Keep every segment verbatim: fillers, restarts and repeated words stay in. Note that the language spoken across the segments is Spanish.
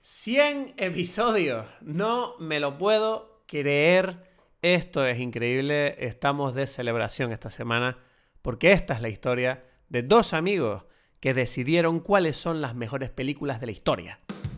cien episodios. No me lo puedo creer. Esto es increíble. Estamos de celebración esta semana porque esta es la historia de dos amigos que decidieron cuáles son las mejores películas de la historia.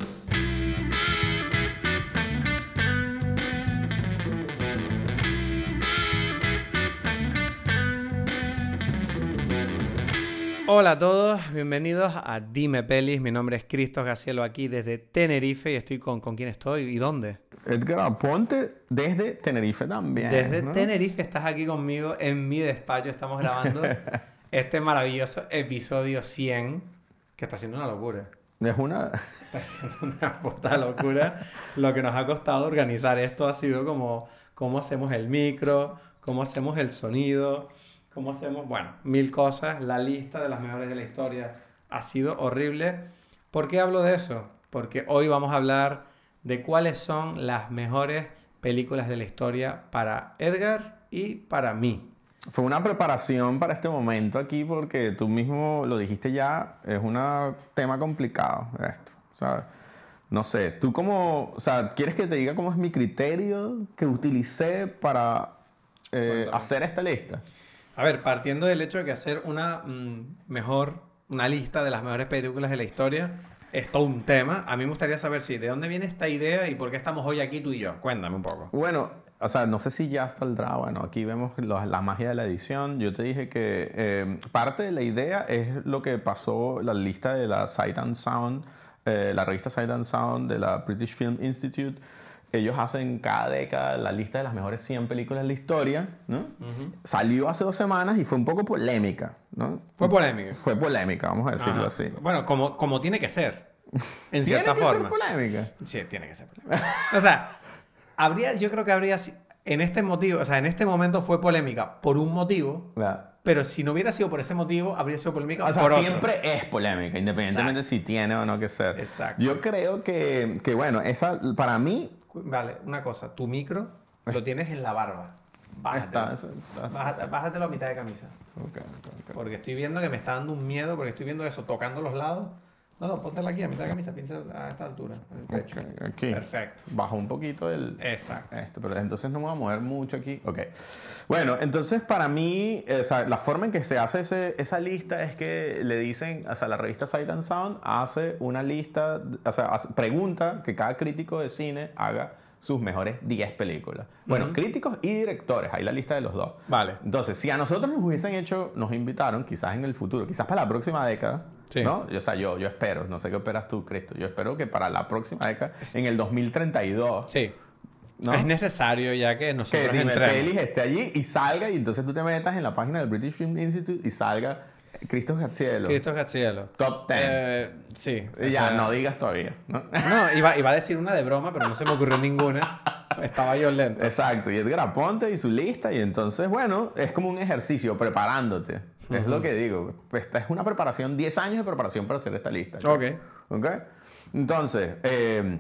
Hola a todos, bienvenidos a Dime Pelis. Mi nombre es Cristos Gacielo aquí desde Tenerife y estoy con... ¿Con quién estoy y dónde? Edgar Aponte desde Tenerife también. Desde ¿no? Tenerife estás aquí conmigo en mi despacho. Estamos grabando este maravilloso episodio cien que está siendo una locura. Es una... Está siendo una puta locura. Lo que nos ha costado organizar esto ha sido como cómo hacemos el micro, cómo hacemos el sonido... ¿Cómo hacemos? Bueno, mil cosas. La lista de las mejores de la historia ha sido horrible. ¿Por qué hablo de eso? Porque hoy vamos a hablar de cuáles son las mejores películas de la historia para Edgar y para mí. Fue una preparación para este momento aquí porque tú mismo lo dijiste ya, es un tema complicado esto, ¿sabes? No sé, tú como, o sea, ¿quieres que te diga cómo es mi criterio que utilicé para eh, hacer esta lista? A ver, partiendo del hecho de que hacer una mmm, mejor, una lista de las mejores películas de la historia es todo un tema. A mí me gustaría saber si de dónde viene esta idea y por qué estamos hoy aquí tú y yo. Cuéntame un poco. Bueno, o sea, no sé si ya saldrá. Bueno, aquí vemos lo, la magia de la edición. Yo te dije que eh, parte de la idea es lo que pasó, la lista de la Sight and Sound, eh, la revista Sight and Sound de la British Film Institute. Ellos hacen cada década la lista de las mejores cien películas de la historia, ¿no? Uh-huh. Salió hace dos semanas y fue un poco polémica, ¿no? Fue polémica. Fue polémica, vamos a decirlo Ajá. así. Bueno, como, como tiene que ser, en cierta ¿Tiene que forma. ser polémica? Sí, tiene que ser polémica. O sea, habría, yo creo que habría, en este motivo, o sea, en este momento fue polémica por un motivo, claro. Pero si no hubiera sido por ese motivo, habría sido polémica o sea, por otro. Siempre es polémica, independientemente Exacto. si tiene o no que ser. Exacto. Yo creo que, que bueno, esa, para mí... Vale, una cosa. Tu micro lo tienes en la barba. Bájatelo. Está, está, Bájate, bájatelo a mitad de camisa. Okay, okay, okay. Porque estoy viendo que me está dando un miedo, porque estoy viendo eso, tocando los lados. No, no, póntela aquí a mitad de camisa, piensa a esta altura, en el pecho. Okay, aquí. Perfecto. Bajo un poquito el... Exacto. Esto, pero entonces no me voy a mover mucho aquí. Ok. Bueno, entonces para mí, o sea, la forma en que se hace ese, esa lista es que le dicen, o sea, la revista Sight and Sound hace una lista, o sea, hace, pregunta que cada crítico de cine haga sus mejores diez películas. Bueno, uh-huh. críticos y directores, ahí la lista de los dos. Vale. Entonces, si a nosotros nos hubiesen hecho, nos invitaron, quizás en el futuro, quizás para la próxima década, sí. ¿no? O sea, yo, yo espero, no sé qué esperas tú, Cristo, yo espero que para la próxima década, sí. en el dos mil treinta y dos... Sí. ¿No? Es necesario ya que nosotros que entremos. Que Dime Pelis esté allí y salga, y entonces tú te metas en la página del British Film Institute y salga Cristos Gacielo. Cristos Gacielo. Top ten. Eh, sí. Y ya, sea, no digas todavía, ¿no? No, iba, iba a decir una de broma, pero no se me ocurrió ninguna. Estaba yo lento. Exacto. Y Edgar Aponte y su lista. Y entonces, bueno, es como un ejercicio preparándote. Uh-huh. Es lo que digo. Esta es una preparación, diez años de preparación para hacer esta lista. ¿Sí? Ok. Ok. Entonces, eh,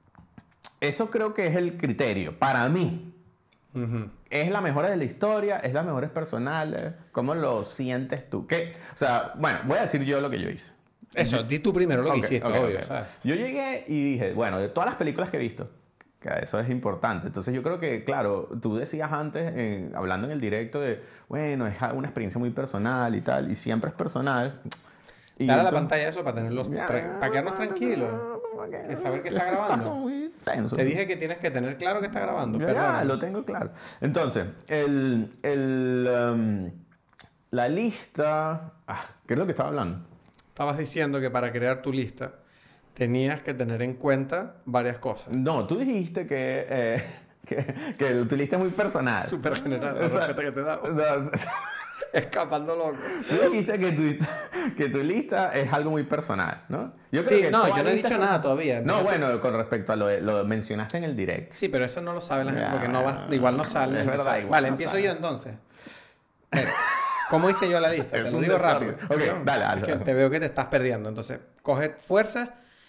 eso creo que es el criterio. Para mí. Uh-huh. ¿Es la mejor de la historia? ¿Es las mejores personales? ¿Cómo lo sientes tú? ¿Qué? O sea, bueno, voy a decir yo lo que yo hice. Eso, di tú primero lo que okay, hiciste, okay, obvio. Okay. ¿Sabes? Yo llegué y dije, bueno, de todas las películas que he visto, que eso es importante. Entonces yo creo que, claro, tú decías antes, eh, hablando en el directo, de, bueno, es una experiencia muy personal y tal, y siempre es personal. Y Dale entonces, a la pantalla eso para tenerlos, ya, tra- para quedarnos tranquilos. Okay, que saber que está grabando. Muy tenso. Te dije que tienes que tener claro que está grabando. Ya, ya lo tengo claro. Entonces, el, el, um, la lista... Ah, ¿qué es lo que estaba hablando? Estabas diciendo que para crear tu lista tenías que tener en cuenta varias cosas. No, tú dijiste que, eh, que, que tu lista es muy personal. Súper general, la respuesta que te da. No, escapando loco. Tú dijiste que tu, que tu lista es algo muy personal, ¿no? Yo creo sí, que no, yo no he dicho nada todavía. No, bueno, tú... con respecto a lo, lo mencionaste en el direct. Sí, pero eso no lo sabe la gente porque no va, igual no sale. Es verdad, igual vale, no empiezo sale. yo entonces. Mira, ¿cómo hice yo la lista? Te lo digo rápido. Ok, ¿no? dale, dale. Es que te veo que te estás perdiendo. Entonces, coge fuerza.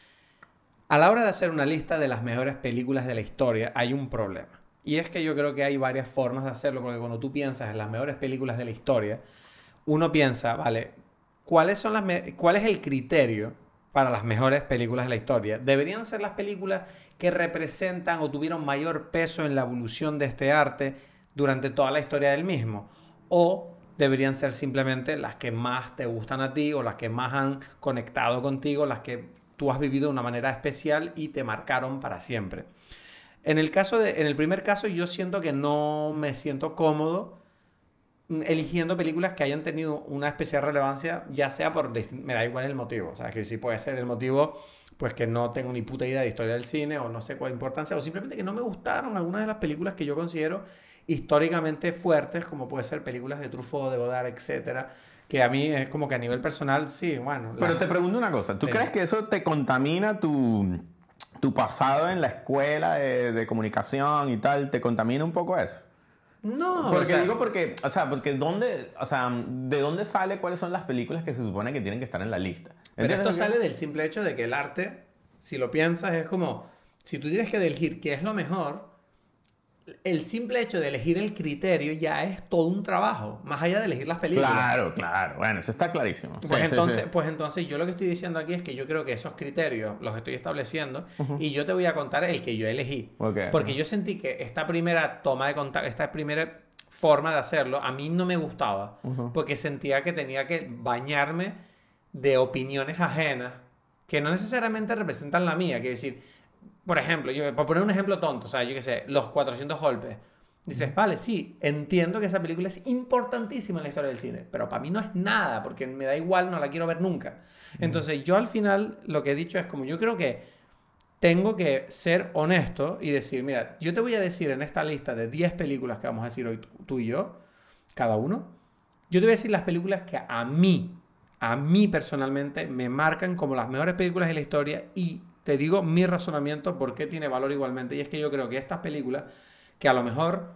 A la hora de hacer una lista de las mejores películas de la historia, hay un problema. Y es que yo creo que hay varias formas de hacerlo, porque cuando tú piensas en las mejores películas de la historia, uno piensa, vale, ¿cuáles son las me- ¿cuál es el criterio para las mejores películas de la historia? ¿Deberían ser las películas que representan o tuvieron mayor peso en la evolución de este arte durante toda la historia del mismo? ¿O deberían ser simplemente las que más te gustan a ti o las que más han conectado contigo, las que tú has vivido de una manera especial y te marcaron para siempre? En el caso de, en el primer caso, yo siento que no me siento cómodo eligiendo películas que hayan tenido una especial relevancia, ya sea por... Me da igual el motivo. O sea, que sí puede ser el motivo, pues que no tengo ni puta idea de historia del cine o no sé cuál importancia, o simplemente que no me gustaron algunas de las películas que yo considero históricamente fuertes, como puede ser películas de Truffaut, de Godard, etcétera, que a mí es como que a nivel personal, sí, bueno. Pero la... te pregunto una cosa, ¿tú sí. crees que eso te contamina tu, tu pasado en la escuela de, de comunicación y tal? ¿Te contamina un poco eso? No, porque o sea, digo porque, o sea, porque dónde, o sea, ¿de dónde sale cuáles son las películas que se supone que tienen que estar en la lista? Pero esto que... sale del simple hecho de que el arte, si lo piensas, es como, si tú tienes que elegir qué es lo mejor, el simple hecho de elegir el criterio ya es todo un trabajo, más allá de elegir las películas. Claro, claro, bueno, eso está clarísimo. Pues, sí, entonces, sí, sí. pues entonces yo lo que estoy diciendo aquí es que yo creo que esos criterios los estoy estableciendo uh-huh. y yo te voy a contar el que yo elegí. Okay, porque uh-huh. yo sentí que esta primera toma de contacto, esta primera forma de hacerlo, a mí no me gustaba, uh-huh. porque sentía que tenía que bañarme de opiniones ajenas que no necesariamente representan la mía. Quiero decir, por ejemplo, yo, por poner un ejemplo tonto, o sea, yo qué sé, Los cuatrocientos golpes. Dices, vale, sí, entiendo que esa película es importantísima en la historia del cine, pero para mí no es nada, porque me da igual, no la quiero ver nunca. Entonces, yo al final lo que he dicho es como, yo creo que tengo que ser honesto y decir, mira, yo te voy a decir en esta lista de diez películas que vamos a decir hoy tú y yo, cada uno, yo te voy a decir las películas que a mí, a mí personalmente, me marcan como las mejores películas de la historia y te digo mi razonamiento por qué tiene valor igualmente. Y es que yo creo que estas películas, que a lo mejor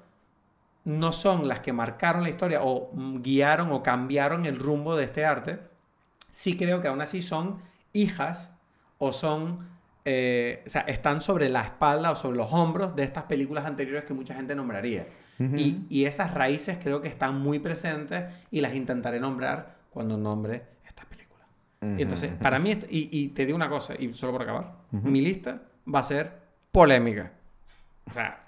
no son las que marcaron la historia o guiaron o cambiaron el rumbo de este arte, sí creo que aún así son hijas o son, eh, o sea, están sobre la espalda o sobre los hombros de estas películas anteriores que mucha gente nombraría. Uh-huh. Y, y esas raíces creo que están muy presentes y las intentaré nombrar cuando nombre estas películas. Uh-huh. Y entonces, para mí, y, y te digo una cosa, y solo por acabar, uh-huh. mi lista va a ser polémica. O sea...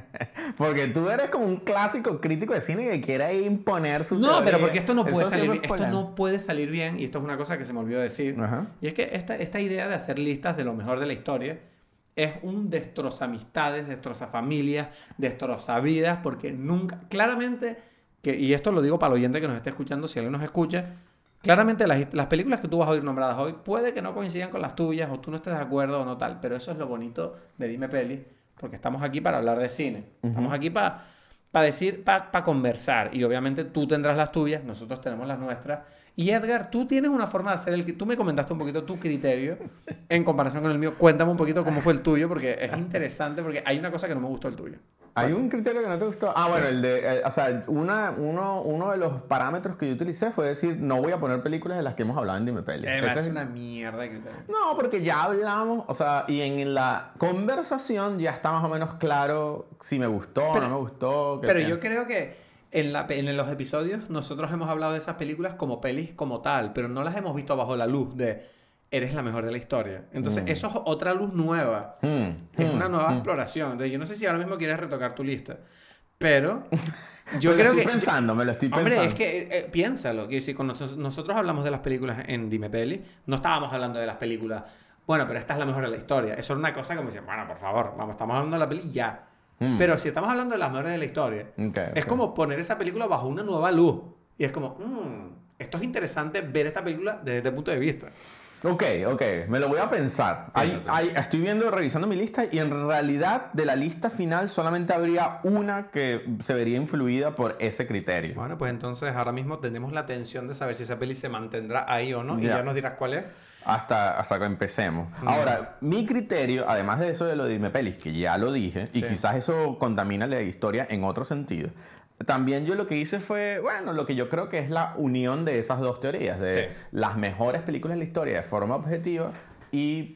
Porque tú eres como un clásico crítico de cine que quiere imponer su No, teoría. pero porque esto no puede salir bien. Esto polémico. no puede salir bien, y esto es una cosa que se me olvidó decir. Uh-huh. Y es que esta, esta idea de hacer listas de lo mejor de la historia es un destrozamistades, destrozafamilias, destrozavidas, porque nunca, claramente, que, y esto lo digo para el oyente que nos esté escuchando, si alguien nos escucha, claramente las, las películas que tú vas a oír nombradas hoy puede que no coincidan con las tuyas, o tú no estés de acuerdo o no tal, pero eso es lo bonito de Dime Peli, porque estamos aquí para hablar de cine. Uh-huh. Estamos aquí para pa decir, para pa conversar. Y obviamente tú tendrás las tuyas, nosotros tenemos las nuestras. Y Edgar, tú tienes una forma de hacer el... Tú me comentaste un poquito tu criterio en comparación con el mío. Cuéntame un poquito cómo fue el tuyo, porque es interesante, porque hay una cosa que no me gustó del tuyo. ¿Hay un criterio que no te gustó? Ah, sí. Bueno, el de... Eh, o sea, una, uno, uno de los parámetros que yo utilicé fue decir, no voy a poner películas de las que hemos hablado en Dime Peli. Eh, es, es una mierda de criterio. No, porque ya hablamos, o sea, y en la conversación ya está más o menos claro si me gustó o no me gustó. Pero piensas? Yo creo que en, la, en los episodios nosotros hemos hablado de esas películas como pelis como tal, pero no las hemos visto bajo la luz de... eres la mejor de la historia. Entonces, mm. eso es otra luz nueva. Mm. Es mm. una nueva mm. exploración. Entonces, yo no sé si ahora mismo quieres retocar tu lista. Pero yo me creo lo estoy que... pensando, me lo estoy hombre, pensando. es que eh, piénsalo. Que si cuando nosotros hablamos de las películas en Dime Peli, no estábamos hablando de las películas... Bueno, pero esta es la mejor de la historia. Eso era una cosa como decir, bueno, por favor, vamos, estamos hablando de la peli ya. Mm. Pero si estamos hablando de las mejores de la historia, okay, okay. es como poner esa película bajo una nueva luz. Y es como, mmm, esto es interesante ver esta película desde este punto de vista. Ok, ok, me lo voy a pensar. Hay, hay, estoy viendo, revisando mi lista y en realidad de la lista final solamente habría una que se vería influida por ese criterio. Bueno, pues entonces ahora mismo tenemos la tensión de saber si esa peli se mantendrá ahí o no, y ya, ya nos dirás cuál es. Hasta, hasta que empecemos. Mm. Ahora, mi criterio, además de eso de lo de Dime Pelis, que ya lo dije, sí. y quizás eso contamina la historia en otro sentido, también yo lo que hice fue, bueno, lo que yo creo que es la unión de esas dos teorías, de sí. las mejores películas de la historia de forma objetiva y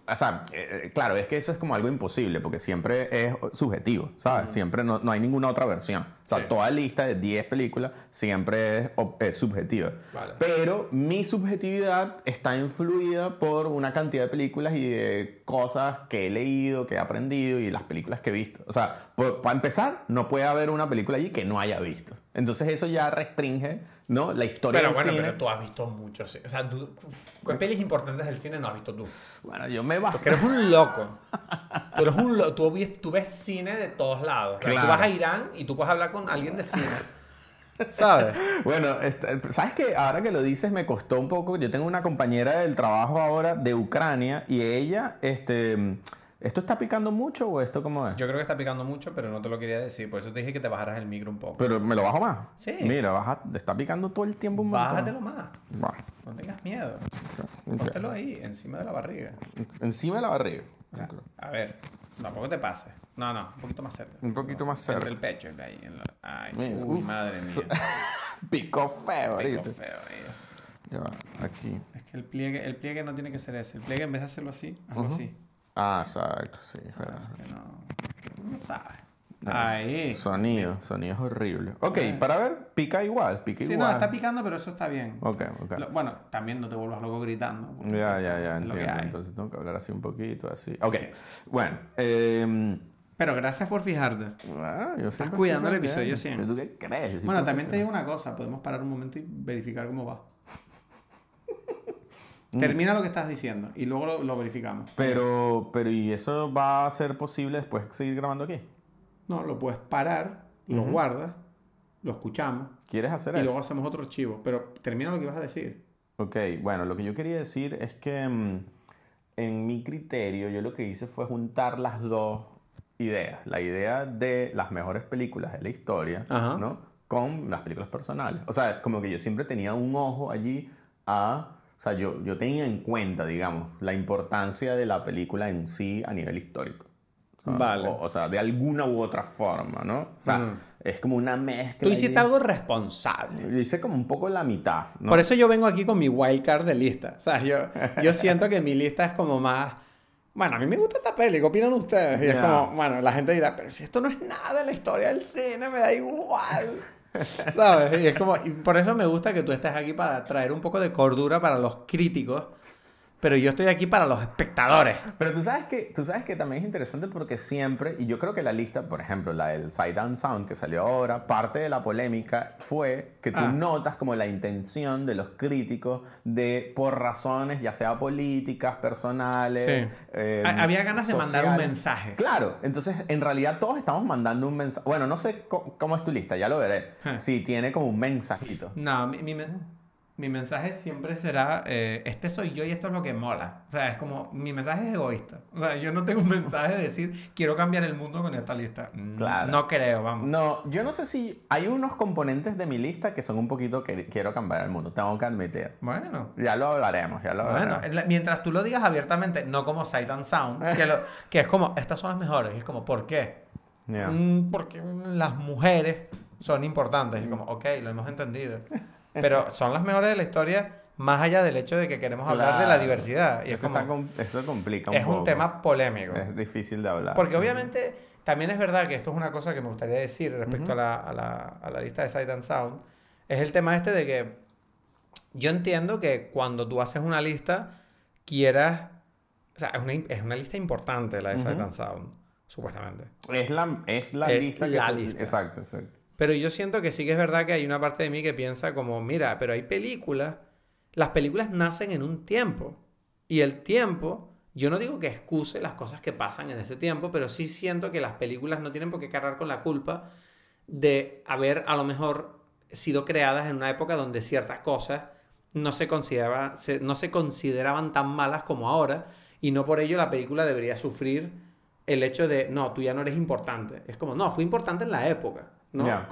o sea, eh, claro, es que eso es como algo imposible porque siempre es subjetivo, ¿sabes? Mm. Siempre no, no hay ninguna otra versión. O sea, sí. Toda lista de diez películas siempre es, es subjetiva. Vale. Pero mi subjetividad está influida por una cantidad de películas y de cosas que he leído, que he aprendido y las películas que he visto. O sea, por, para empezar, no puede haber una película allí que no haya visto. Entonces eso ya restringe, ¿no? La historia pero del bueno, cine. Pero tú has visto mucho. O sea, tú, ¿qué pelis importantes del cine no has visto tú? Bueno, yo me baso. Porque eres un loco. Tú eres un loco. Tú, tú ves cine de todos lados. O sea, claro. Tú vas a Irán y tú puedes hablar con alguien de cine. ¿Sabes? Bueno, este, ¿sabes qué? Ahora que lo dices me costó un poco. Yo tengo una compañera del trabajo ahora de Ucrania y ella, este... ¿Esto está picando mucho o esto cómo es? Yo creo que está picando mucho, pero no te lo quería decir. Por eso te dije que te bajaras el micro un poco. ¿Pero me lo bajo más? Sí. Mira, baja, está picando todo el tiempo un montón. Bájatelo más. Bah. No tengas miedo. Okay. Póntelo ahí, encima de la barriga. Encima de la barriga. O sea, a ver, tampoco te pases. No, no, un poquito más cerca. Un poquito más cerca. Entre el pecho. Ahí, en la... Ay, mira, uy, uf. Madre mía. Picó feo, Picó feo eso. Ya va, aquí. Es que el pliegue, el pliegue no tiene que ser ese. El pliegue, en vez de hacerlo así, hazlo uh-huh. así. Ah, exacto, sí. Ah, que no, no sabes. Ahí. Sonido, sonido es horrible. Ok, eh. para ver, pica igual, pica sí, igual. Sí, no, está picando, pero eso está bien. Ok, ok. Lo, bueno, también no te vuelvas loco gritando. Ya, ya, ya, entiendo. Entonces tengo que hablar así un poquito, así. Ok, okay. Bueno. Eh, pero gracias por fijarte. Ah, yo Estás cuidando el episodio bien. siempre. ¿Tú qué crees? Bueno, también te digo una cosa. Podemos parar un momento y verificar cómo va. Termina lo que estás diciendo y luego lo, lo verificamos. Pero, pero, ¿y eso va a ser posible después seguir grabando aquí? No, lo puedes parar, lo uh-huh. guardas, lo escuchamos. ¿Quieres hacer y eso? Y luego hacemos otro archivo. Pero termina lo que ibas a decir. Ok, bueno, lo que yo quería decir es que mm, en mi criterio yo lo que hice fue juntar las dos ideas. La idea de las mejores películas de la historia, uh-huh. ¿no? Con las películas personales. O sea, como que yo siempre tenía un ojo allí a... O sea, yo, yo tenía en cuenta, digamos, la importancia de la película en sí a nivel histórico. O sea, vale. O, o sea, de alguna u otra forma, ¿no? O sea, mm. es como una mezcla. Tú hiciste algo responsable. Yo hice como un poco la mitad, ¿no? Por eso yo vengo aquí con mi wildcard de lista. O sea, yo, yo siento que mi lista es como más... Bueno, a mí me gusta esta peli, ¿qué opinan ustedes? Y yeah. es como, bueno, la gente dirá, pero si esto no es nada de la historia del cine, me da igual. ¿Sabes? Y es como, y por eso me gusta que tú estés aquí para traer un poco de cordura para los críticos, pero yo estoy aquí para los espectadores. Pero tú sabes que, tú sabes que también es interesante porque siempre, y yo creo que la lista, por ejemplo, la del Sight and Sound que salió ahora, parte de la polémica fue que tú ah. notas como la intención de los críticos de, por razones ya sea políticas, personales. Sí. Eh, Había ganas sociales. de mandar un mensaje. Claro, entonces en realidad todos estamos mandando un mensaje. Bueno, no sé cómo, cómo es tu lista, ya lo veré. Ah. Si tiene como un mensajito. No, mi... mi Mi mensaje siempre será, eh, este soy yo y esto es lo que mola. O sea, es como, mi mensaje es egoísta. O sea, yo no tengo un mensaje de decir, quiero cambiar el mundo con esta lista. Claro. No creo, vamos. No, yo no sé si hay unos componentes de mi lista que son un poquito que quiero cambiar el mundo. Tengo que admitir. Bueno. Ya lo hablaremos, ya lo bueno, hablaremos. Mientras tú lo digas abiertamente, no como Sight and Sound, que, lo, que es como, estas son las mejores. Y es como, ¿por qué? Yeah. Mm, porque las mujeres son importantes. Y como, ok, lo hemos entendido. Pero son las mejores de la historia, más allá del hecho de que queremos claro. hablar de la diversidad. Y eso, es como, está com- eso complica un es poco. Es un tema polémico. Es difícil de hablar. Porque obviamente también es verdad que esto es una cosa que me gustaría decir respecto uh-huh. a, la, a, la, a la lista de Sight and Sound. Es el tema este de que yo entiendo que cuando tú haces una lista, quieras... O sea, es una, es una lista importante la de uh-huh. Sight and Sound, supuestamente. Es la, es la es lista la que... lista. Se, exacto, exacto. Pero yo siento que sí que es verdad que hay una parte de mí que piensa como, mira, pero hay películas, las películas nacen en un tiempo. Y el tiempo, yo no digo que excuse las cosas que pasan en ese tiempo, pero sí siento que las películas no tienen por qué cargar con la culpa de haber a lo mejor sido creadas en una época donde ciertas cosas no se consideraba, se, no se consideraban tan malas como ahora, y no por ello la película debería sufrir el hecho de, no, tú ya no eres importante. Es como, no, fue importante en la época. ¿no? Yeah.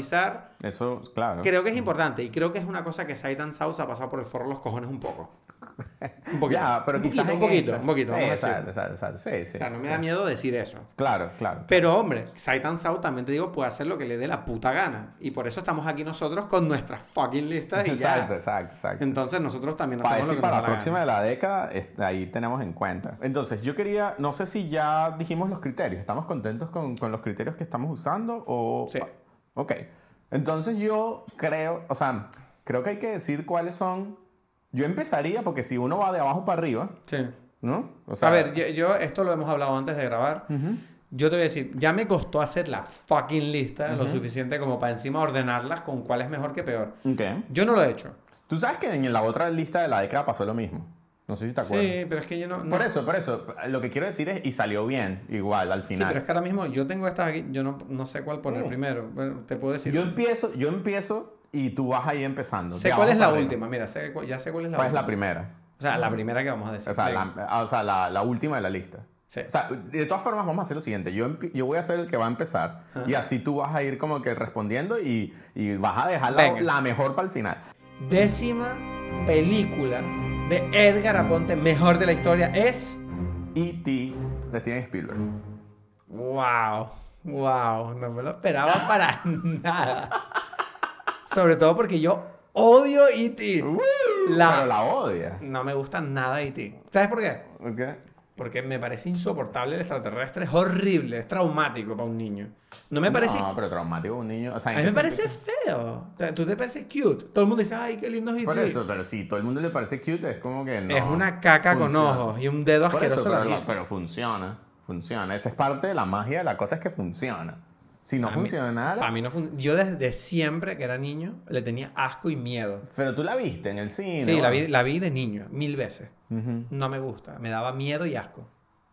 Contextualizar. Eso, claro. Creo que es importante y creo que es una cosa que Sight and Sound ha pasado por el forro de los cojones un poco. Un poquito. Ya, pero un quizás poquito, en un poquito, esta- un poquito. Sí, Vamos a exacto, decirlo. exacto, exacto. Sí, sí. O sea, no me sí. da miedo decir eso. Claro, claro. Pero hombre, Sight and Sound también te digo, puede hacer lo que le dé la puta gana. Y por eso estamos aquí nosotros con nuestras fucking listas y Exacto, ya. exacto, exacto. Entonces nosotros también Para hacemos lo decir, que nos para da la la próxima gana. de la década, es- ahí tenemos en cuenta. Entonces, yo quería, no sé si ya dijimos los criterios. ¿Estamos contentos con, con los criterios que estamos usando? O... Sí. Ok. Entonces yo creo, o sea, creo que hay que decir cuáles son. Yo empezaría porque si uno va de abajo para arriba, Sí. ¿no? O sea, A ver, yo, yo- esto lo hemos hablado antes de grabar. ujú. Yo te voy a decir, ya me costó hacer la fucking lista lo suficiente como para encima ordenarlas con cuál es mejor que peor. Ok. Yo no lo he hecho. Tú sabes que en la otra lista de la década pasó lo mismo. No sé si te acuerdas. Sí, pero es que yo no... no- Por eso, por eso. Lo que quiero decir es, y salió bien, igual, al Sí, final. pero es que ahora mismo yo tengo estas aquí, yo no, no sé cuál poner Mm. primero. Bueno, te puedo decir... Yo empiezo, yo empiezo y tú vas ahí empezando. sé de cuál es abajo la para arriba. última, mira, sé, cu- ya sé cuál es la ¿Cuál es última. la primera? O sea, la primera que vamos a decir. O sea, Venga. la, o sea, la, la última de la lista. Sí. O sea, de todas formas vamos a hacer lo siguiente. Yo, empi- yo voy a ser el que va a empezar Ajá. y así tú vas a ir como que respondiendo y, y vas a dejar la, Venga. la mejor para el final. Décima película de Edgar Aponte, mejor de la historia, es... E T de Steven Spielberg. Wow, wow, no me lo esperaba para nada. Sobre todo porque yo odio E T. La- Pero la odia. No me gusta nada E T. ¿Sabes por qué? ¿Ok? Porque me parece insoportable el extraterrestre. Es horrible, es traumático para un niño. No me parece... No, pero traumático un niño. O sea, A ¿en mí qué me parece sentido? feo. O sea, tú te parece cute. Todo el mundo dice, ay, qué lindo es E T. Por eso, pero si todo el mundo le parece cute, es como que no. es una caca con funciona. ojos y un dedo Por eso, asqueroso pero, larguísimo. pero funciona. Funciona. Esa es parte de la magia de la cosa, es que funciona. Si no funcionara. Para mí no fun- Yo desde siempre que era niño le tenía asco y miedo. Pero tú la viste en el cine. Sí, la bueno. vi, la vi de niño, mil veces. Ujú. No me gusta, me daba miedo y asco.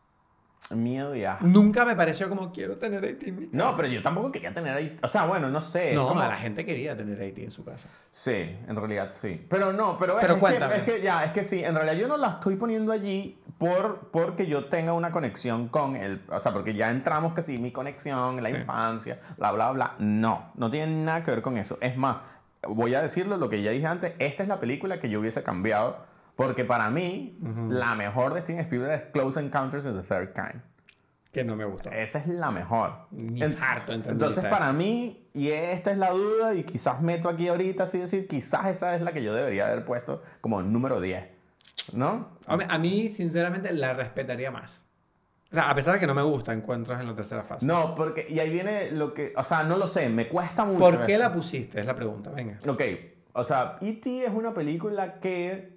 Miedo y asco. Nunca me pareció como quiero tener A T en mi casa. No, pero yo tampoco quería tener ahí. O sea, bueno, no sé. es No, como- la gente quería tener A T en su casa. Sí, en realidad sí. Pero no, pero, es- Pero es, cuéntame. que, es que ya, es que sí, en realidad yo no la estoy poniendo allí por, porque yo tenga una conexión con él. O sea, porque ya entramos que sí, mi conexión, la Sí. infancia, bla, bla, bla. No, no tiene nada que ver con eso. Es más, voy a decirlo lo que ya dije antes, esta es la película que yo hubiese cambiado, porque para mí, la mejor de Steven Spielberg es Close Encounters of the Third Kind. Que no me gustó. Esa es la mejor. Ni En- harto entre mi Entonces, lista para esa. mí, y esta es la duda, y quizás meto aquí ahorita, así decir, quizás esa es la que yo debería haber puesto como número diez. ¿No? Hombre, a mí, sinceramente, la respetaría más. O sea, a pesar de que no me gusta Encuentros en la tercera fase. No, porque, y ahí viene lo que, o sea, no lo sé, me cuesta mucho. ¿Por qué esto. la pusiste? Es la pregunta, venga. Ok, o sea, E T es una película que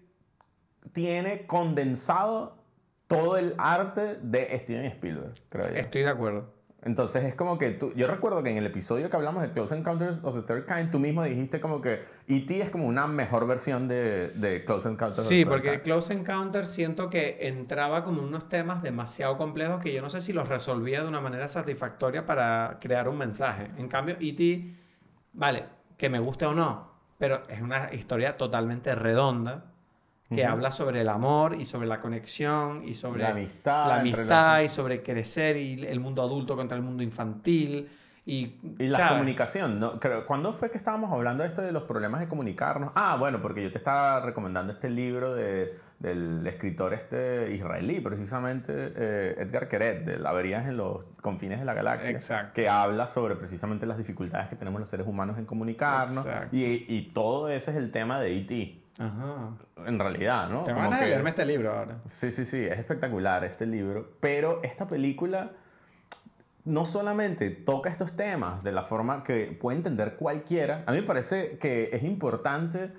tiene condensado todo el arte de Steven Spielberg, creo yo. Estoy de acuerdo. Entonces es como que tú, yo recuerdo que en el episodio que hablamos de Close Encounters of the Third Kind, tú mismo dijiste como que E T es como una mejor versión de, de Close Encounters of the Sí, Third porque Kind. Close Encounter siento que entraba como en unos temas demasiado complejos que yo no sé si los resolvía de una manera satisfactoria para crear un mensaje. En cambio, E T, vale, que me guste o no, pero es una historia totalmente redonda que Ujú. habla sobre el amor y sobre la conexión y sobre La amistad la entre amistad las- y sobre crecer y el mundo adulto contra el mundo infantil y, Y la ¿sabes? comunicación, ¿no? Creo, ¿cuándo fue que estábamos hablando de esto de los problemas de comunicarnos? Ah, bueno, porque yo te estaba recomendando este libro de, del escritor este israelí, precisamente eh, Edgar Keret, de Averías en los confines de la galaxia, Exacto. que habla sobre precisamente las dificultades que tenemos los seres humanos en comunicarnos. Exacto. Y, y todo ese es el tema de E T, Ajá. en realidad, ¿no? Te Como van a que- leerme este libro ahora. Sí, sí, sí, es espectacular este libro, pero esta película no solamente toca estos temas de la forma que puede entender cualquiera, a mí me parece que es importante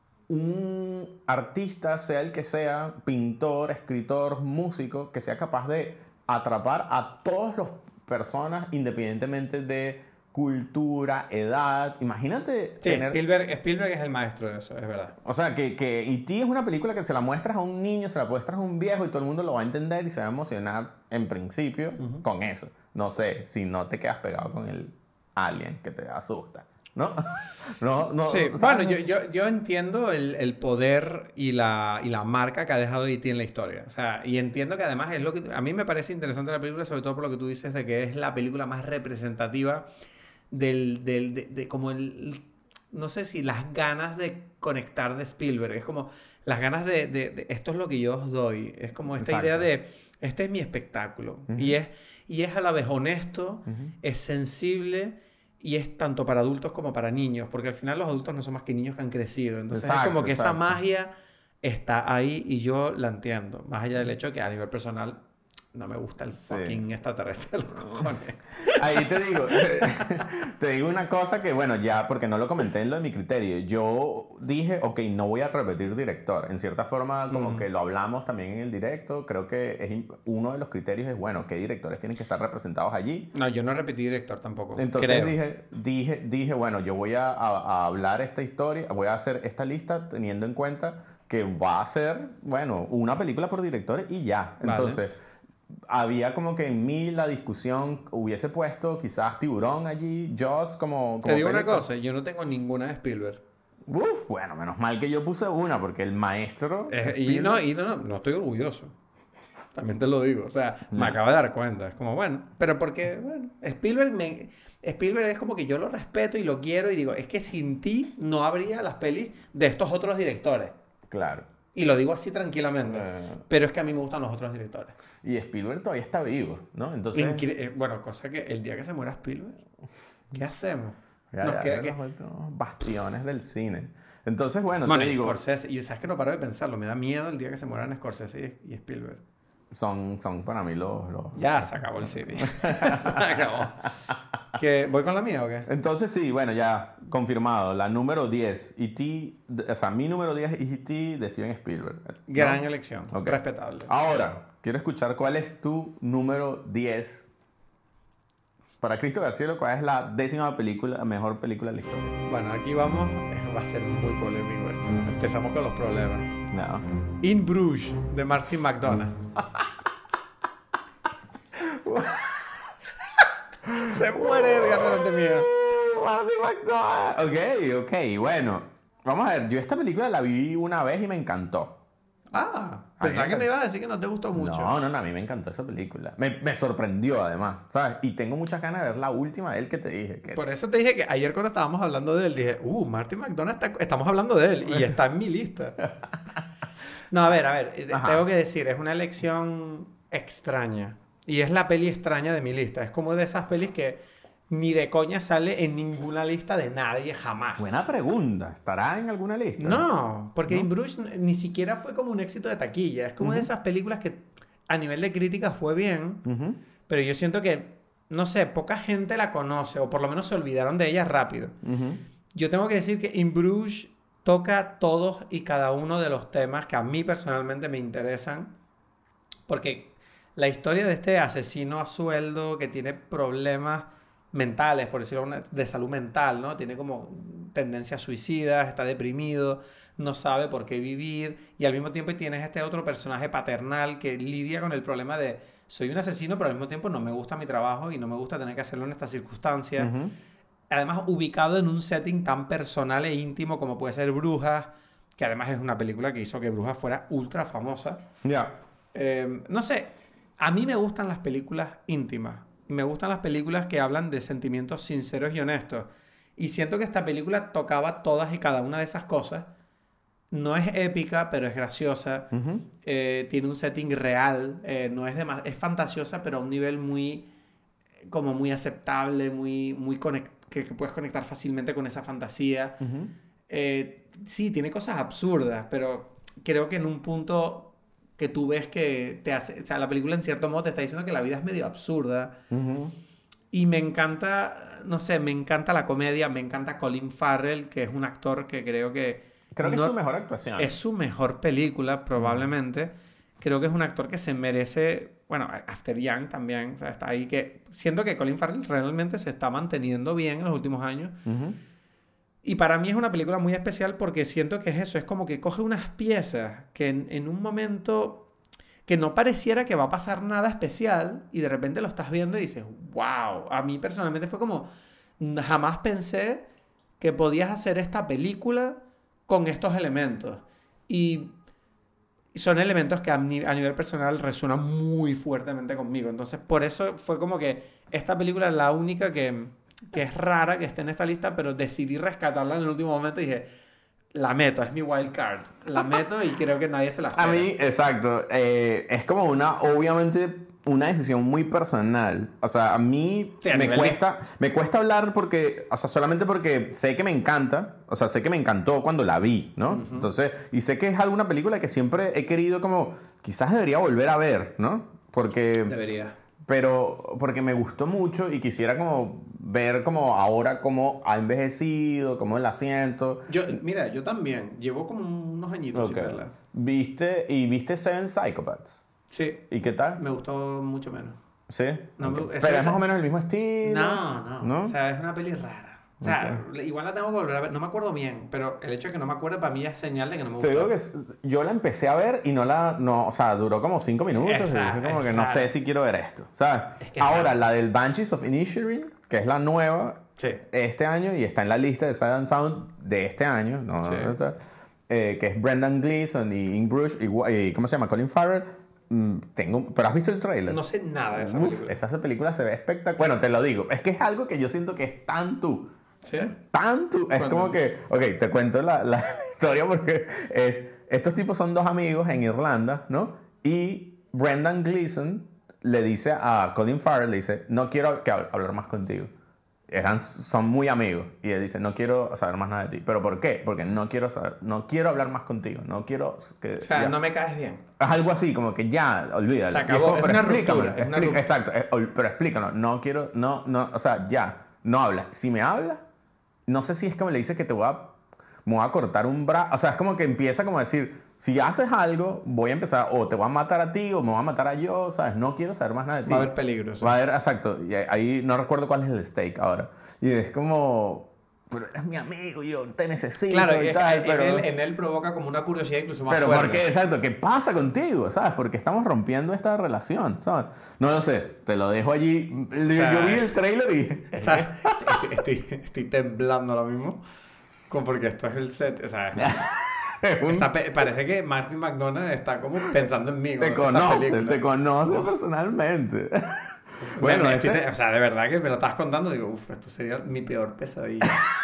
un artista, sea el que sea, pintor, escritor, músico, que sea capaz de atrapar a todas las personas independientemente de cultura, edad. Imagínate Sí, tener... Spielberg, Spielberg es el maestro de eso, es verdad. O sea, que, que E T es una película que se la muestras a un niño, se la muestras a un viejo y todo el mundo lo va a entender y se va a emocionar en principio con eso. No sé, si no te quedas pegado con el alien que te asusta, ¿no? no, no Sí, ¿sabes? bueno, yo, yo, yo entiendo el, el poder y la, y la marca que ha dejado E T en la historia. O sea, y entiendo que además es lo que... A mí me parece interesante la película, sobre todo por lo que tú dices de que es la película más representativa del... del de, de- como el... no sé si las ganas de conectar de Spielberg. Es como las ganas de, de, de esto es lo que yo os doy. Es como esta Exacto. idea de, este es mi espectáculo. Uh-huh. Y, es, y es a la vez honesto, Uh-huh. es sensible y es tanto para adultos como para niños. Porque al final los adultos no son más que niños que han crecido. Entonces Exacto, es como que exacto. esa magia está ahí y yo la entiendo. Más allá del hecho que a nivel personal no me gusta el fucking sí. extraterrestre de los cojones. Ahí te digo, te digo una cosa que, bueno, ya, porque no lo comenté en lo de mi criterio. Yo dije, ok, no voy a repetir director. En cierta forma, como mm. que lo hablamos también en el directo, creo que es uno de los criterios es, bueno, ¿qué directores tienen que estar representados allí? No, yo no repetí director tampoco. Entonces creo. dije, dije, dije, bueno, yo voy a, a, a hablar esta historia, voy a hacer esta lista teniendo en cuenta que va a ser, bueno, una película por directores y ya. Entonces... Vale. Había como que en mí la discusión hubiese puesto quizás Tiburón allí, Jaws como... como Te digo película. Una cosa, yo no tengo ninguna de Spielberg. Uf, bueno, menos mal que yo puse una, porque el maestro... Eh, y no, y no, no, no estoy orgulloso. También te lo digo, o sea, no. me acabo de dar cuenta. Es como, bueno, pero porque, bueno, Spielberg, me, Spielberg es como que yo lo respeto y lo quiero y digo, es que sin ti no habría las pelis de estos otros directores. Claro. Y lo digo así tranquilamente. Uh, pero es que a mí me gustan los otros directores. Y Spielberg todavía está vivo, ¿no? Entonces... Incre- eh, bueno, cosa que el día que se muera Spielberg, ¿qué hacemos? Ya, Nos ya, queda que... los bastiones del cine. Entonces, bueno, bueno te digo... Scorsese, y sabes que no paro de pensarlo, me da miedo el día que se mueran Scorsese y, y Spielberg. Son, son para mí los... los... Ya se acabó el cine. Se acabó. ¿Que ¿Voy con la mía o qué? Entonces sí, bueno, ya confirmado. La número diez, E T, o sea, mi número diez es E T de Steven Spielberg. Gran ¿no? elección, okay. Respetable. Ahora, quiero escuchar cuál es tu número diez. Para Cristo García, ¿cuál es la décima película, mejor película de la historia? Bueno, aquí vamos, va a ser muy polémico esto. Empezamos con los problemas. No. In Bruges, de Martin McDonagh. Se muere Edgar delante mía. Martin McDonagh. Ok, ok, bueno. Vamos a ver, yo esta película la vi una vez y me encantó. Ah, pensaba que me ibas a decir que no te gustó mucho. No, no, no, a mí me encantó esa película. Me, me sorprendió además, ¿sabes? Y tengo muchas ganas de ver la última de él que te dije. Que... Por eso te dije que ayer cuando estábamos hablando de él, dije, uh, Martin McDonagh, está, estamos hablando de él y está en mi lista. No, a ver, a ver, Ajá. tengo que decir, es una elección extraña. Y es la peli extraña de mi lista. Es como de esas pelis que ni de coña sale en ninguna lista de nadie jamás. Buena pregunta. ¿Estará en alguna lista? No, porque ¿No? In Bruges ni siquiera fue como un éxito de taquilla. Es como uh-huh. de esas películas que a nivel de crítica fue bien, uh-huh. pero yo siento que, no sé, poca gente la conoce o por lo menos se olvidaron de ella rápido. Uh-huh. Yo tengo que decir que In Bruges toca todos y cada uno de los temas que a mí personalmente me interesan, porque la historia de este asesino a sueldo que tiene problemas mentales, por decirlo, de salud mental, ¿no? Tiene como tendencias suicidas, está deprimido, no sabe por qué vivir, y al mismo tiempo tienes este otro personaje paternal que lidia con el problema de soy un asesino, pero al mismo tiempo no me gusta mi trabajo y no me gusta tener que hacerlo en estas circunstancias. Uh-huh. Además, ubicado en un setting tan personal e íntimo como puede ser Brujas, que además es una película que hizo que Brujas fuera ultra famosa. Ya. Yeah. Eh, no sé, a mí me gustan las películas íntimas. Me gustan las películas que hablan de sentimientos sinceros y honestos. Y siento que esta película tocaba todas y cada una de esas cosas. No es épica, pero es graciosa. Uh-huh. Eh, tiene un setting real. Eh, no es demás, es fantasiosa, pero a un nivel muy, como muy aceptable, muy, muy conect- que, que puedes conectar fácilmente con esa fantasía. Uh-huh. Eh, sí, tiene cosas absurdas, pero creo que en un punto que tú ves que te hace... O sea, la película en cierto modo te está diciendo que la vida es medio absurda. Uh-huh. Y me encanta, no sé, me encanta la comedia, me encanta Colin Farrell, que es un actor que creo que... Creo que no, es su mejor actuación. Es su mejor película, probablemente. Uh-huh. Creo que es un actor que se merece... Bueno, After Young también, o sea, está ahí que... Siento que Colin Farrell realmente se está manteniendo bien en los últimos años. Uh-huh. Y para mí es una película muy especial porque siento que es eso, es como que coge unas piezas que en, en un momento que no pareciera que va a pasar nada especial y de repente lo estás viendo y dices, wow, a mí personalmente fue como, jamás pensé que podías hacer esta película con estos elementos. Y son elementos que a, mi, a nivel personal resuenan muy fuertemente conmigo. Entonces por eso fue como que esta película es la única que... que es rara que esté en esta lista, pero decidí rescatarla en el último momento y dije, la meto, es mi wild card. La meto y creo que nadie se la espera. A mí, exacto. Eh, es como una, obviamente, una decisión muy personal. O sea, a mí Sí, a me nivel cuesta, me cuesta hablar porque, o sea, solamente porque sé que me encanta. O sea, sé que me encantó cuando la vi, ¿no? Ujú. Entonces, y sé que es alguna película que siempre he querido como, quizás debería volver a ver, ¿no? Porque... Debería. Pero porque me gustó mucho y quisiera como ver como ahora cómo ha envejecido, cómo el asiento. Yo, mira, yo también. Llevo como unos añitos Ok. sin verla. ¿Viste? ¿Y viste Seven Psychopaths? Sí, ¿Y qué tal? me gustó mucho menos. ¿Sí? No me- Ok. eso- Pero es esa- más o menos el mismo estilo. No, no, ¿No? O sea, es una peli rara. O sea, igual la tengo que volver a ver. No me acuerdo bien, pero el hecho de que no me acuerde para mí es señal de que no me Te gustó. digo que s- yo la empecé a ver y no la... No, o sea, duró como cinco minutos Es y rara, dije como es que no rara. sé si quiero ver esto, ¿sabes? Es que es Ahora, rara. la del Banshees of Inisherin, que es la nueva, Sí. este año y está en la lista de Sight and Sound de este año, ¿no? Sí. Eh, que es Brendan Gleeson y Ing Bruce y, y ¿cómo se llama? Colin Farrell. Mm, tengo, ¿pero has visto el tráiler? No sé nada de esa Uf, película. esa película se ve espectacular. Bueno, te lo digo, es que es algo que yo siento que es tan tú. ¿Sí? Tan tú. Es Cuéntame. como que, ok, te cuento la, la historia porque es, estos tipos son dos amigos en Irlanda, ¿no? Y Brendan Gleeson le dice a Colin Farrell, le dice, no quiero que hab- hablar más contigo. Eran, son muy amigos. Y él dice, no quiero saber más nada de ti. ¿Pero por qué? Porque no quiero saber, no quiero hablar más contigo. No quiero que... O sea, ya". no me caes bien. Es algo así, como que ya, olvídalo. Se Y es acabó, como, es pero una explícamelo, ruptura, es una explica- ruptura. Exacto, es- ol- pero explícanos. No quiero, no, no, o sea, ya, no habla. Si me habla, no sé si es como le dice que te voy a, me voy a cortar un brazo. O sea, es como que empieza como a decir, si haces algo, voy a empezar, o te voy a matar a ti, o me voy a matar a yo, ¿sabes? No quiero saber más nada de ti. Va a haber peligro. sí. Va a haber, exacto. Y ahí no recuerdo cuál es el stake ahora. Y es como, pero eres mi amigo, yo te necesito Claro, y es- tal, en, pero... él, en él provoca como una curiosidad incluso más Pero fuerte. ¿por qué? Exacto, ¿qué pasa contigo? ¿Sabes? Porque estamos rompiendo esta relación, ¿sabes? No lo sé, te lo dejo allí. sea, Yo vi el trailer y... Está- estoy, estoy, estoy temblando ahora mismo. Como porque esto es el set. O sea, es un- está pe- parece que Martin McDonagh está como pensando en mí. te cuando hace esta conoce, película. te conoce personalmente. Me- Bueno, me estoy este- te- o sea, de verdad que me lo estás contando. Digo, uff, esto sería mi peor pesadilla.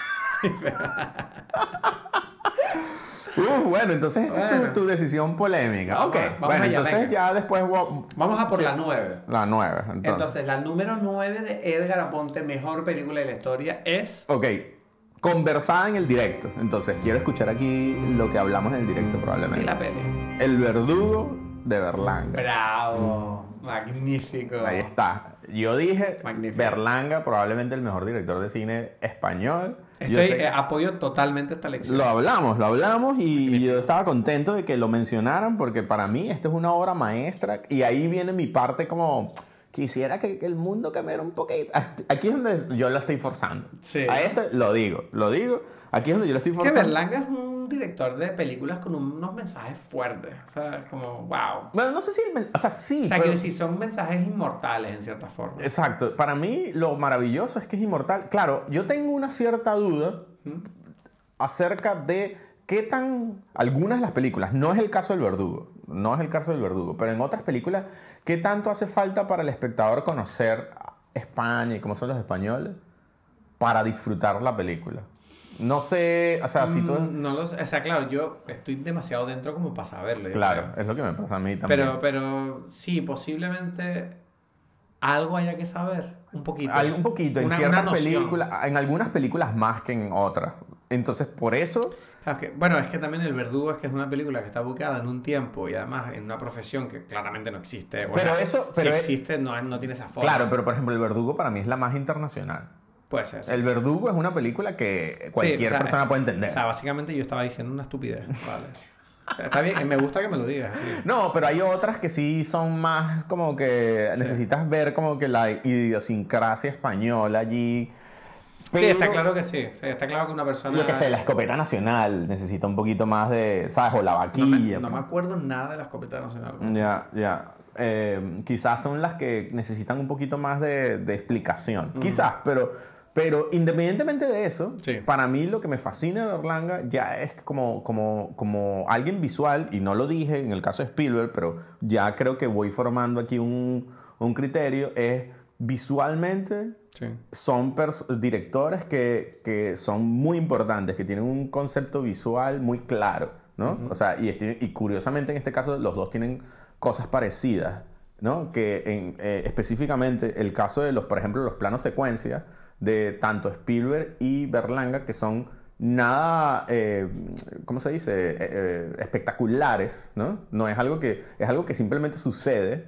Uf, bueno, entonces esta es Bueno. tu, tu decisión polémica. Vamos ok, a- vamos bueno, allá, entonces venga. ya después... voy- Vamos a por la nueve. La nueve, entonces. Entonces, la número nueve de Edgar Aponte, mejor película de la historia, es... Ok, conversada en el directo. Entonces, quiero escuchar aquí lo que hablamos en el directo Y probablemente. la peli. El verdugo de Berlanga. Bravo. Magnífico. Ahí está. Yo dije Magnífico. Berlanga, probablemente el mejor director de cine español. Yo Estoy, sé que eh, apoyo totalmente esta lección. lo hablamos, lo hablamos y yo estaba contento de que lo mencionaran porque para mí esta es una obra maestra y ahí viene mi parte como quisiera que, que el mundo cambiara un poquito. Aquí es donde yo lo estoy forzando. Sí. A esto lo digo, lo digo. Aquí es donde yo lo estoy Que forzando. Berlanga es un director de películas con unos mensajes fuertes. O sea, es como, wow. Bueno, no sé si, el men- o sea, sí. O sea, pero- que si son mensajes inmortales en cierta forma. Exacto. Para mí lo maravilloso es que es inmortal. Claro, yo tengo una cierta duda acerca de qué tan... Algunas de las películas, no es el caso del verdugo, no es el caso del verdugo, pero en otras películas, ¿qué tanto hace falta para el espectador conocer España y cómo son los españoles para disfrutar la película? No sé, o sea, si tú... Mm, No lo sé. O sea, claro, yo estoy demasiado dentro como para saberlo. yo Claro, creo. es lo que me pasa a mí también. Pero, pero sí, posiblemente algo haya que saber. Un poquito. Al- un poquito, en Una- ciertas una noción. películas, en algunas películas más que en otras. Entonces, por eso... Claro, que- bueno, es que también El Verdugo es que es una película que está ubicada en un tiempo y además en una profesión que claramente no existe. O Pero sea, eso- pero si es- existe, no, no tiene esa forma. Claro, pero por ejemplo, El Verdugo para mí es la más internacional. Puede ser. sí. El Verdugo es una película que cualquier Sí, o sea, persona puede entender. O sea, básicamente yo estaba diciendo una estupidez. Vale. O sea, está bien, me gusta que me lo digas así. No, pero hay otras que sí son más como que Sí. necesitas ver como que la idiosincrasia española allí. Sí, Pero, está claro que sí. Sí, está claro que una persona... Yo que sé, la escopeta nacional necesita un poquito más de, ¿sabes? O la No me, vaquilla. no me acuerdo nada de la escopeta nacional. Ya, ya. Eh, quizás son las que necesitan un poquito más de, de explicación. Quizás, pero, pero independientemente de eso, Sí. para mí lo que me fascina de Berlanga ya es como, como, como alguien visual, y no lo dije en el caso de Spielberg, pero ya creo que voy formando aquí un, un criterio, es visualmente Sí. son pers- directores que, que son muy importantes, que tienen un concepto visual muy claro, ¿no? Uh-huh. O sea, y, este, y curiosamente en este caso los dos tienen cosas parecidas, ¿no? Que en, eh, específicamente el caso de los, por ejemplo, los planos secuencia de tanto Spielberg y Berlanga, que son nada, eh, ¿cómo se dice? Eh, eh, espectaculares, ¿no? No es algo que, es algo que simplemente sucede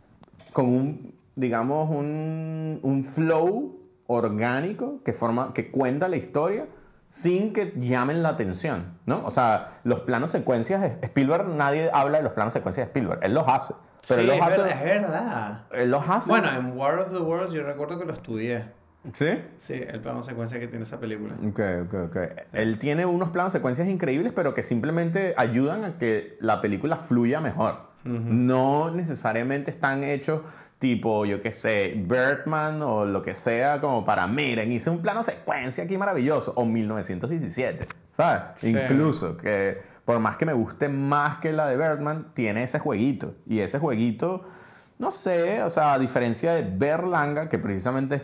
con un, digamos, un, un flow orgánico que forma, que cuenta la historia sin que llamen la atención, ¿no? O sea, los planos secuencias de Spielberg, nadie habla de los planos secuencias de Spielberg, él los hace. Pero sí, él los es, hace, verdad, es verdad. Él los hace. Bueno, en War of the Worlds yo recuerdo que lo estudié. ¿Sí? Sí, el plano secuencia que tiene esa película. Ok, ok, ok. Él tiene unos planos secuencias increíbles, pero que simplemente ayudan a que la película fluya mejor. Uh-huh. No necesariamente están hechos tipo, yo qué sé, Birdman o lo que sea, como para, miren, hice un plano secuencia aquí maravilloso. O mil novecientos diecisiete, ¿sabes? Sí. Incluso, que por más que me guste más que la de Birdman, tiene ese jueguito. Y ese jueguito, no sé, o sea, a diferencia de Berlanga, que precisamente es,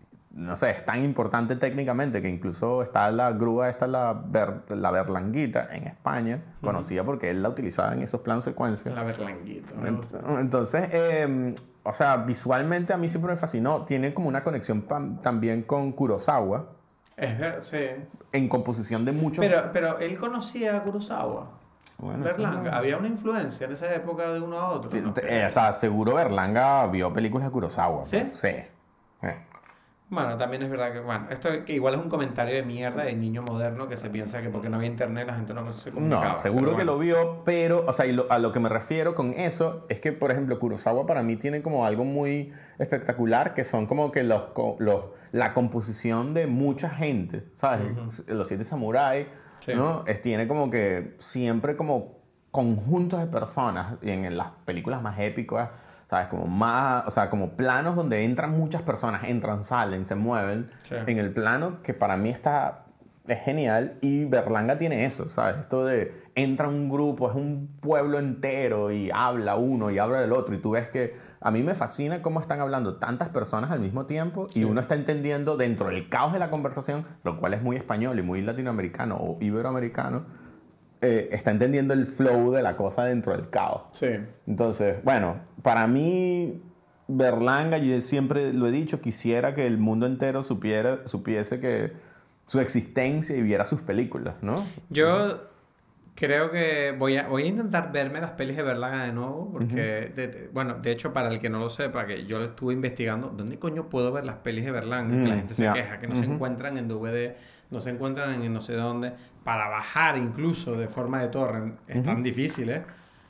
no sé, es tan importante técnicamente que incluso está la grúa, esta la, ber, la berlanguita en España, uh-huh. conocida porque él la utilizaba en esos planos secuencias. La berlanguita. ¿No? Entonces, eh, o sea, visualmente a mí siempre me fascinó. Tiene como una conexión pa- también con Kurosawa. Es verdad, sí. En composición de muchos... Pero, pero él conocía a Kurosawa. Bueno, Berlanga, no. Había una influencia en esa época de uno a otro. Sí, ¿no? eh, o sea, seguro Berlanga vio películas de Kurosawa. ¿Sí? Sí. Eh. Bueno, también es verdad que, bueno, esto que igual es un comentario de mierda de niño moderno que se piensa que porque no había internet la gente no se comunicaba. No, seguro que bueno. lo vio, pero, o sea, y lo, a lo que me refiero con eso es que, por ejemplo, Kurosawa para mí tiene como algo muy espectacular, que son como que los, los la composición de mucha gente, ¿sabes? Uh-huh. Los siete samuráis, sí. ¿no? Es, tiene como que siempre como conjuntos de personas, y en, en las películas más épicas, ¿sabes? Como más, o sea, como planos donde entran muchas personas, entran, salen, se mueven. Sí. En el plano que para mí está, es genial. Y Berlanga tiene eso, ¿sabes? Esto de entra un grupo, es un pueblo entero y habla uno y habla del otro. Y tú ves que a mí me fascina cómo están hablando tantas personas al mismo tiempo y sí. uno está entendiendo dentro del caos de la conversación, lo cual es muy español y muy latinoamericano o iberoamericano. Eh, está entendiendo el flow de la cosa dentro del caos. Sí. Entonces, bueno, para mí, Berlanga, yo siempre lo he dicho, quisiera que el mundo entero supiera, supiese que su existencia y viera sus películas, ¿no? Yo creo que voy a, voy a intentar verme las pelis de Berlanga de nuevo, porque, uh-huh. de, de, bueno, de hecho, para el que no lo sepa, que yo estuve investigando, ¿dónde coño puedo ver las pelis de Berlanga? Mm, que la gente se yeah. queja, que no uh-huh. se encuentran en D V D, no se encuentran en no sé dónde, para bajar incluso de forma de torrent, es uh-huh. tan difícil, ¿eh?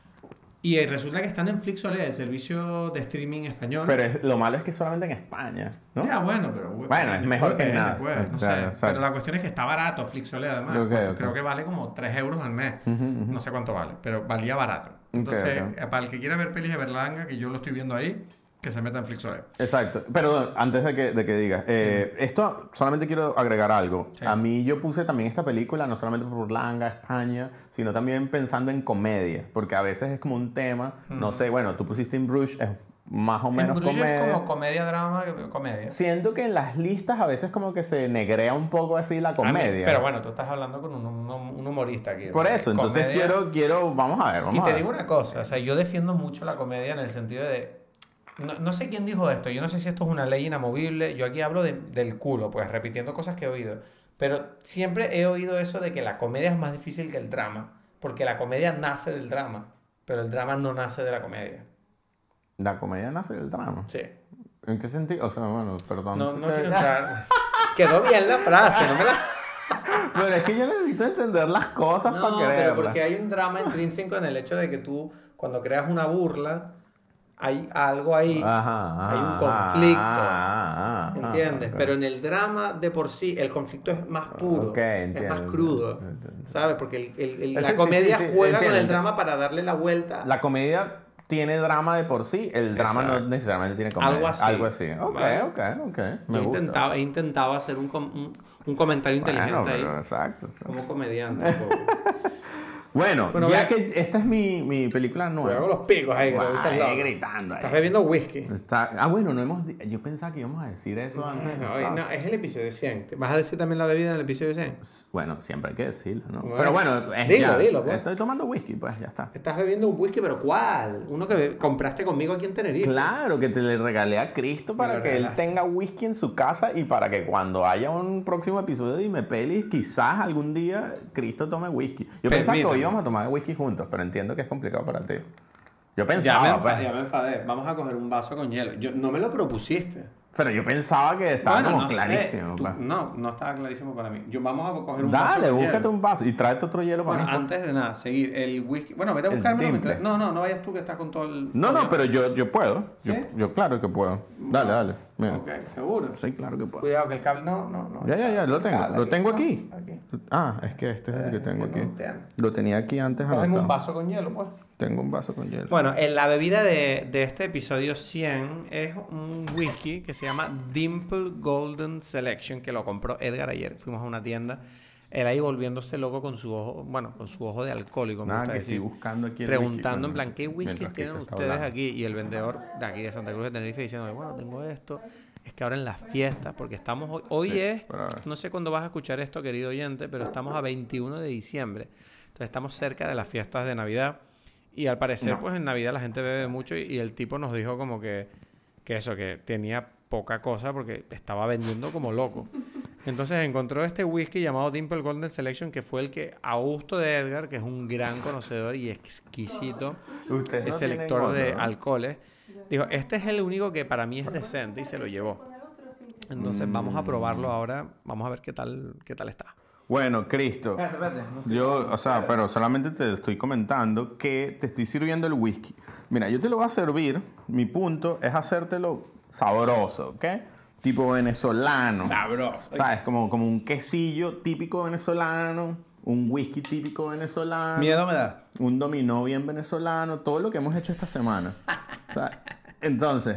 Y resulta que están en Flixolé, el servicio de streaming español. Pero es, lo malo es que solamente en España, ¿no? Ya, bueno, pero... Bueno, bueno es mejor que nada. Pues, no claro, sé, pero la cuestión es que está barato Flixolé, además. Okay, okay. Creo que vale como tres euros al mes. Uh-huh, uh-huh. No sé cuánto vale, pero valía barato. Entonces, okay, okay. para el que quiera ver pelis de Berlanga, que yo lo estoy viendo ahí, que se meta en Flixolé. Exacto. Pero antes de que, de que digas, eh, sí. esto solamente quiero agregar algo. Sí. A mí yo puse también esta película, no solamente por Berlanga, España, sino también pensando en comedia, porque a veces es como un tema, uh-huh. no sé, bueno, tú pusiste In Bruges, es más o menos In Bruges comedia. Es como comedia, drama, comedia. Siento que en las listas a veces como que se negrea un poco así la comedia. Mí, pero bueno, tú estás hablando con un, un, un humorista aquí. Por eso, entonces comedia. quiero, quiero, vamos a ver, vamos y a te ver. digo una cosa, o sea, yo defiendo mucho la comedia en el sentido de... No, no sé quién dijo esto, yo no sé si esto es una ley inamovible, yo aquí hablo de, del culo, pues repitiendo cosas que he oído, pero siempre he oído eso de que la comedia es más difícil que el drama, porque la comedia nace del drama, pero el drama no nace de la comedia. ¿La comedia nace del drama? Sí. ¿En qué sentido? O sea, bueno, perdón. No, no quiero entrar. Quedó bien la frase, no me la... Pero es que yo necesito entender las cosas no, para creerlas. No, pero porque hay un drama intrínseco en el hecho de que tú, cuando creas una burla... Hay algo ahí, ajá, ajá, hay un conflicto, ajá, ajá, ¿entiendes? Okay. Pero en el drama de por sí, el conflicto es más puro, okay, es más crudo, ¿sabes? Porque el, el, el, la sí, comedia sí, sí, juega entiendo. Con el drama para darle la vuelta. La comedia tiene drama de por sí, el drama Exacto. no necesariamente tiene comedia. Algo así. Algo así. Ok, ¿vale? ok, ok. Me Yo intentaba, he intentado hacer un, un, un comentario inteligente bueno, pero ahí. Exacto. exacto. Como comediante un poco. Bueno, Bueno, ya ve- que esta es mi, mi película Cuidado nueva. con los picos ahí, que te Guay, loco. gritando ahí. Estás bebiendo whisky. Está- ah, bueno, no hemos... di- yo pensaba que íbamos a decir eso antes. No, Ah, no, es el episodio cien. ¿Vas a decir también la bebida en el episodio cien? Bueno, siempre hay que decirlo, ¿no? Bueno. Pero bueno, es Dilo, ya. dilo, pues. Estoy tomando whisky, pues ya está. Estás bebiendo un whisky, pero ¿cuál? Uno que be- compraste conmigo aquí en Tenerife. Claro, que te le regalé a Cristo para lo que él regalaste. tenga whisky en su casa y para que cuando haya un próximo episodio de Dime Pelis, quizás algún día Cristo tome whisky. Yo pensaba que hoy Permítame. íbamos a tomar whisky juntos, pero entiendo que es complicado para ti. Yo Ya me, pensaba, enfadé, pues, ya me enfadé. Vamos a coger un vaso con hielo. Yo, no me lo propusiste. pero yo pensaba que estaba Bueno, como no sé. clarísimo. Tú- pues. no, no estaba clarísimo para mí. Yo, vamos a coger un vaso Dale, con búscate hielo. un vaso y tráete otro hielo para Bueno, mí. por antes de nada, seguir el whisky. Bueno, vete a El buscármelo dimple. mientras. No, no, no vayas tú que estás con todo el. No, no, pollo. pero yo, yo puedo. Yo, ¿Sí? yo claro que puedo. Dale, dale. Mira. Ok, seguro. Sí, claro que puedo. Cuidado que el cable. No, no, no. Ya, ya, ya, lo tengo. Cable Lo tengo aquí. ¿no? Aquí. Ah, es que este es el que tengo que aquí. no entiendo. Lo tenía aquí antes Cógeme un anotado. vaso con hielo, pues. Tengo un vaso con hielo. Bueno, en la bebida de, de este episodio cien es un whisky que se llama Dimple Golden Selection, que lo compró Edgar ayer. Fuimos a una tienda. Él ahí volviéndose loco con su ojo, bueno, con su ojo de alcohólico, me Nada, gusta que decir. estoy buscando aquí el Preguntando whisky, en plan, ¿qué bueno, whisky mientras tienen Cristo está ustedes hablando. aquí? Y el vendedor de aquí de Santa Cruz de Tenerife diciéndole, bueno, tengo esto. Es que ahora en las fiestas, porque estamos hoy, hoy Sí, es, pero- no sé cuándo vas a escuchar esto, querido oyente, pero estamos a veintiuno de diciembre. Entonces estamos cerca de las fiestas de Navidad. Y al parecer, No. pues en Navidad la gente bebe mucho y, y el tipo nos dijo como que, que eso, que tenía poca cosa porque estaba vendiendo como loco. Entonces encontró este whisky llamado Dimple Golden Selection, que fue el que, a gusto de Edgar, que es un gran conocedor y exquisito Ustedes no selector tienen otro, de ¿no? alcoholes, dijo, este es el único que para mí es decente y se lo llevó. Entonces vamos a probarlo ahora, vamos a ver qué tal, qué tal está. Bueno, Cristo. Yo, o sea, pero solamente te estoy comentando que te estoy sirviendo el whisky. Mira, yo te lo voy a servir. Mi punto es hacértelo sabroso, ¿ok? Tipo venezolano. Sabroso. ¿Sabes? Como, como un quesillo típico venezolano, un whisky típico venezolano. Miedo me da. Un dominó bien venezolano, todo lo que hemos hecho esta semana. O sea, entonces,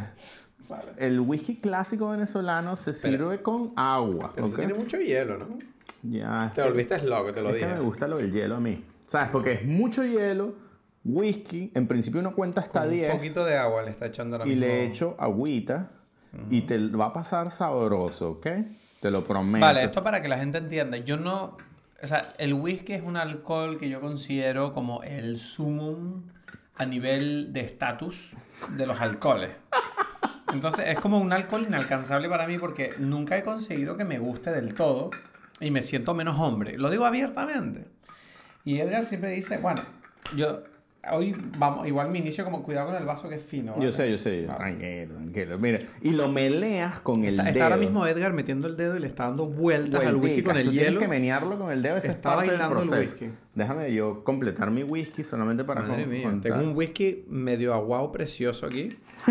el whisky clásico venezolano se sirve con agua. Pero ¿ok? tiene mucho hielo, ¿no? Ya, Te volviste loco, te lo es que dije. me gusta lo del hielo a mí. ¿Sabes? Porque es mucho hielo, whisky, en principio uno cuenta hasta Con un diez poquito de agua le está echando ahora y mismo. le echo agüita y te va a pasar sabroso, ¿ok? Te lo prometo. Vale, esto para que la gente entienda. Yo no... O sea, el whisky es un alcohol que yo considero como el sumum a nivel de estatus de los alcoholes. Entonces, es como un alcohol inalcanzable para mí porque nunca he conseguido que me guste del todo y me siento menos hombre. Lo digo abiertamente. Y Edgar siempre dice, bueno, yo... Hoy vamos, igual mi inicio como cuidado con el vaso que es fino. ¿vale? Yo sé, yo sé. Vale. Tranquilo, tranquilo. Mira, y lo meleas con el Está, dedo. está ahora mismo Edgar metiendo el dedo y le está dando vueltas al whisky Vuelticas. con el Tú hielo. tienes que menearlo con el dedo, ese es Está parte del bailando el proceso. whisky. Déjame yo completar mi whisky solamente para Madre con- mía, contar. tengo un whisky medio aguao precioso aquí.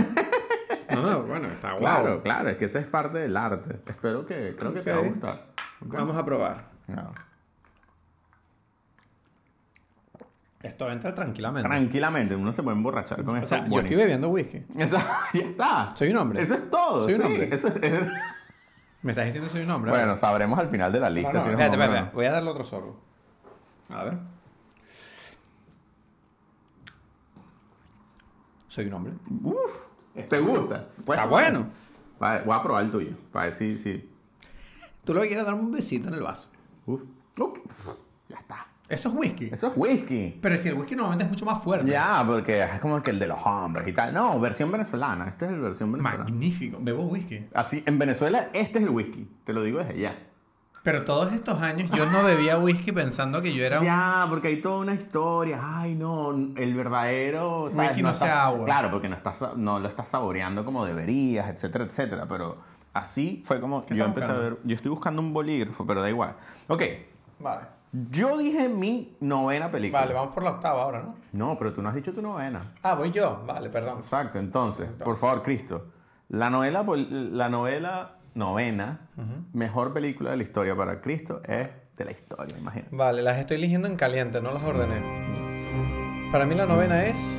No, no, bueno, está aguao. Claro, claro, es que ese es parte del arte. Espero que, creo que te va a Ok. gustar. ¿Ok? Vamos a probar. No. Esto entra tranquilamente. Tranquilamente, uno se puede emborrachar con O esto. sea, yo estoy buenísimo. bebiendo whisky. Eso, ya está. Soy un hombre. Eso es todo. Soy un sí. hombre. Eso es- Me estás diciendo que soy un hombre. Bueno, sabremos al final de la No, lista. no, si eres espérate, hombre o espérate. Voy a darle otro sorbo. A ver. Soy un hombre. no. Uf, ¿te gusta? Pues, Está bueno. Va- Voy a probar el tuyo, para ver si... si... Tú lo que quieres es darme un besito en el vaso. Uf. Uf. Ya está. Eso es whisky. Eso es whisky. Pero si el whisky normalmente es mucho más fuerte. Ya, porque es como que el de los hombres y tal. No, versión venezolana. Esta es la versión venezolana. Magnífico. Bebo whisky. Así, en Venezuela, este es el whisky. Te lo digo desde ya. Pero todos estos años yo no bebía whisky pensando que yo era un... Ya, porque hay toda una historia. Ay, no, el verdadero... ¿sabes? Whisky no está- sea agua. Claro, porque no, estás, no lo estás saboreando como deberías, etcétera, etcétera. Pero así fue como ¿Qué yo estás empecé a buscando? ver... Yo estoy buscando un bolígrafo, pero da igual. Ok, Vale. yo dije mi novena película. Vale, vamos por la octava ahora, ¿no? No, pero tú no has dicho tu novena. Ah, voy yo. Vale, perdón. Exacto, entonces, por favor, Cristo. La novela, pol- la novela novena, mejor película de la historia para Cristo es de la historia, imagínate. Vale, las estoy eligiendo en caliente, no las ordené. Para mí la novena es...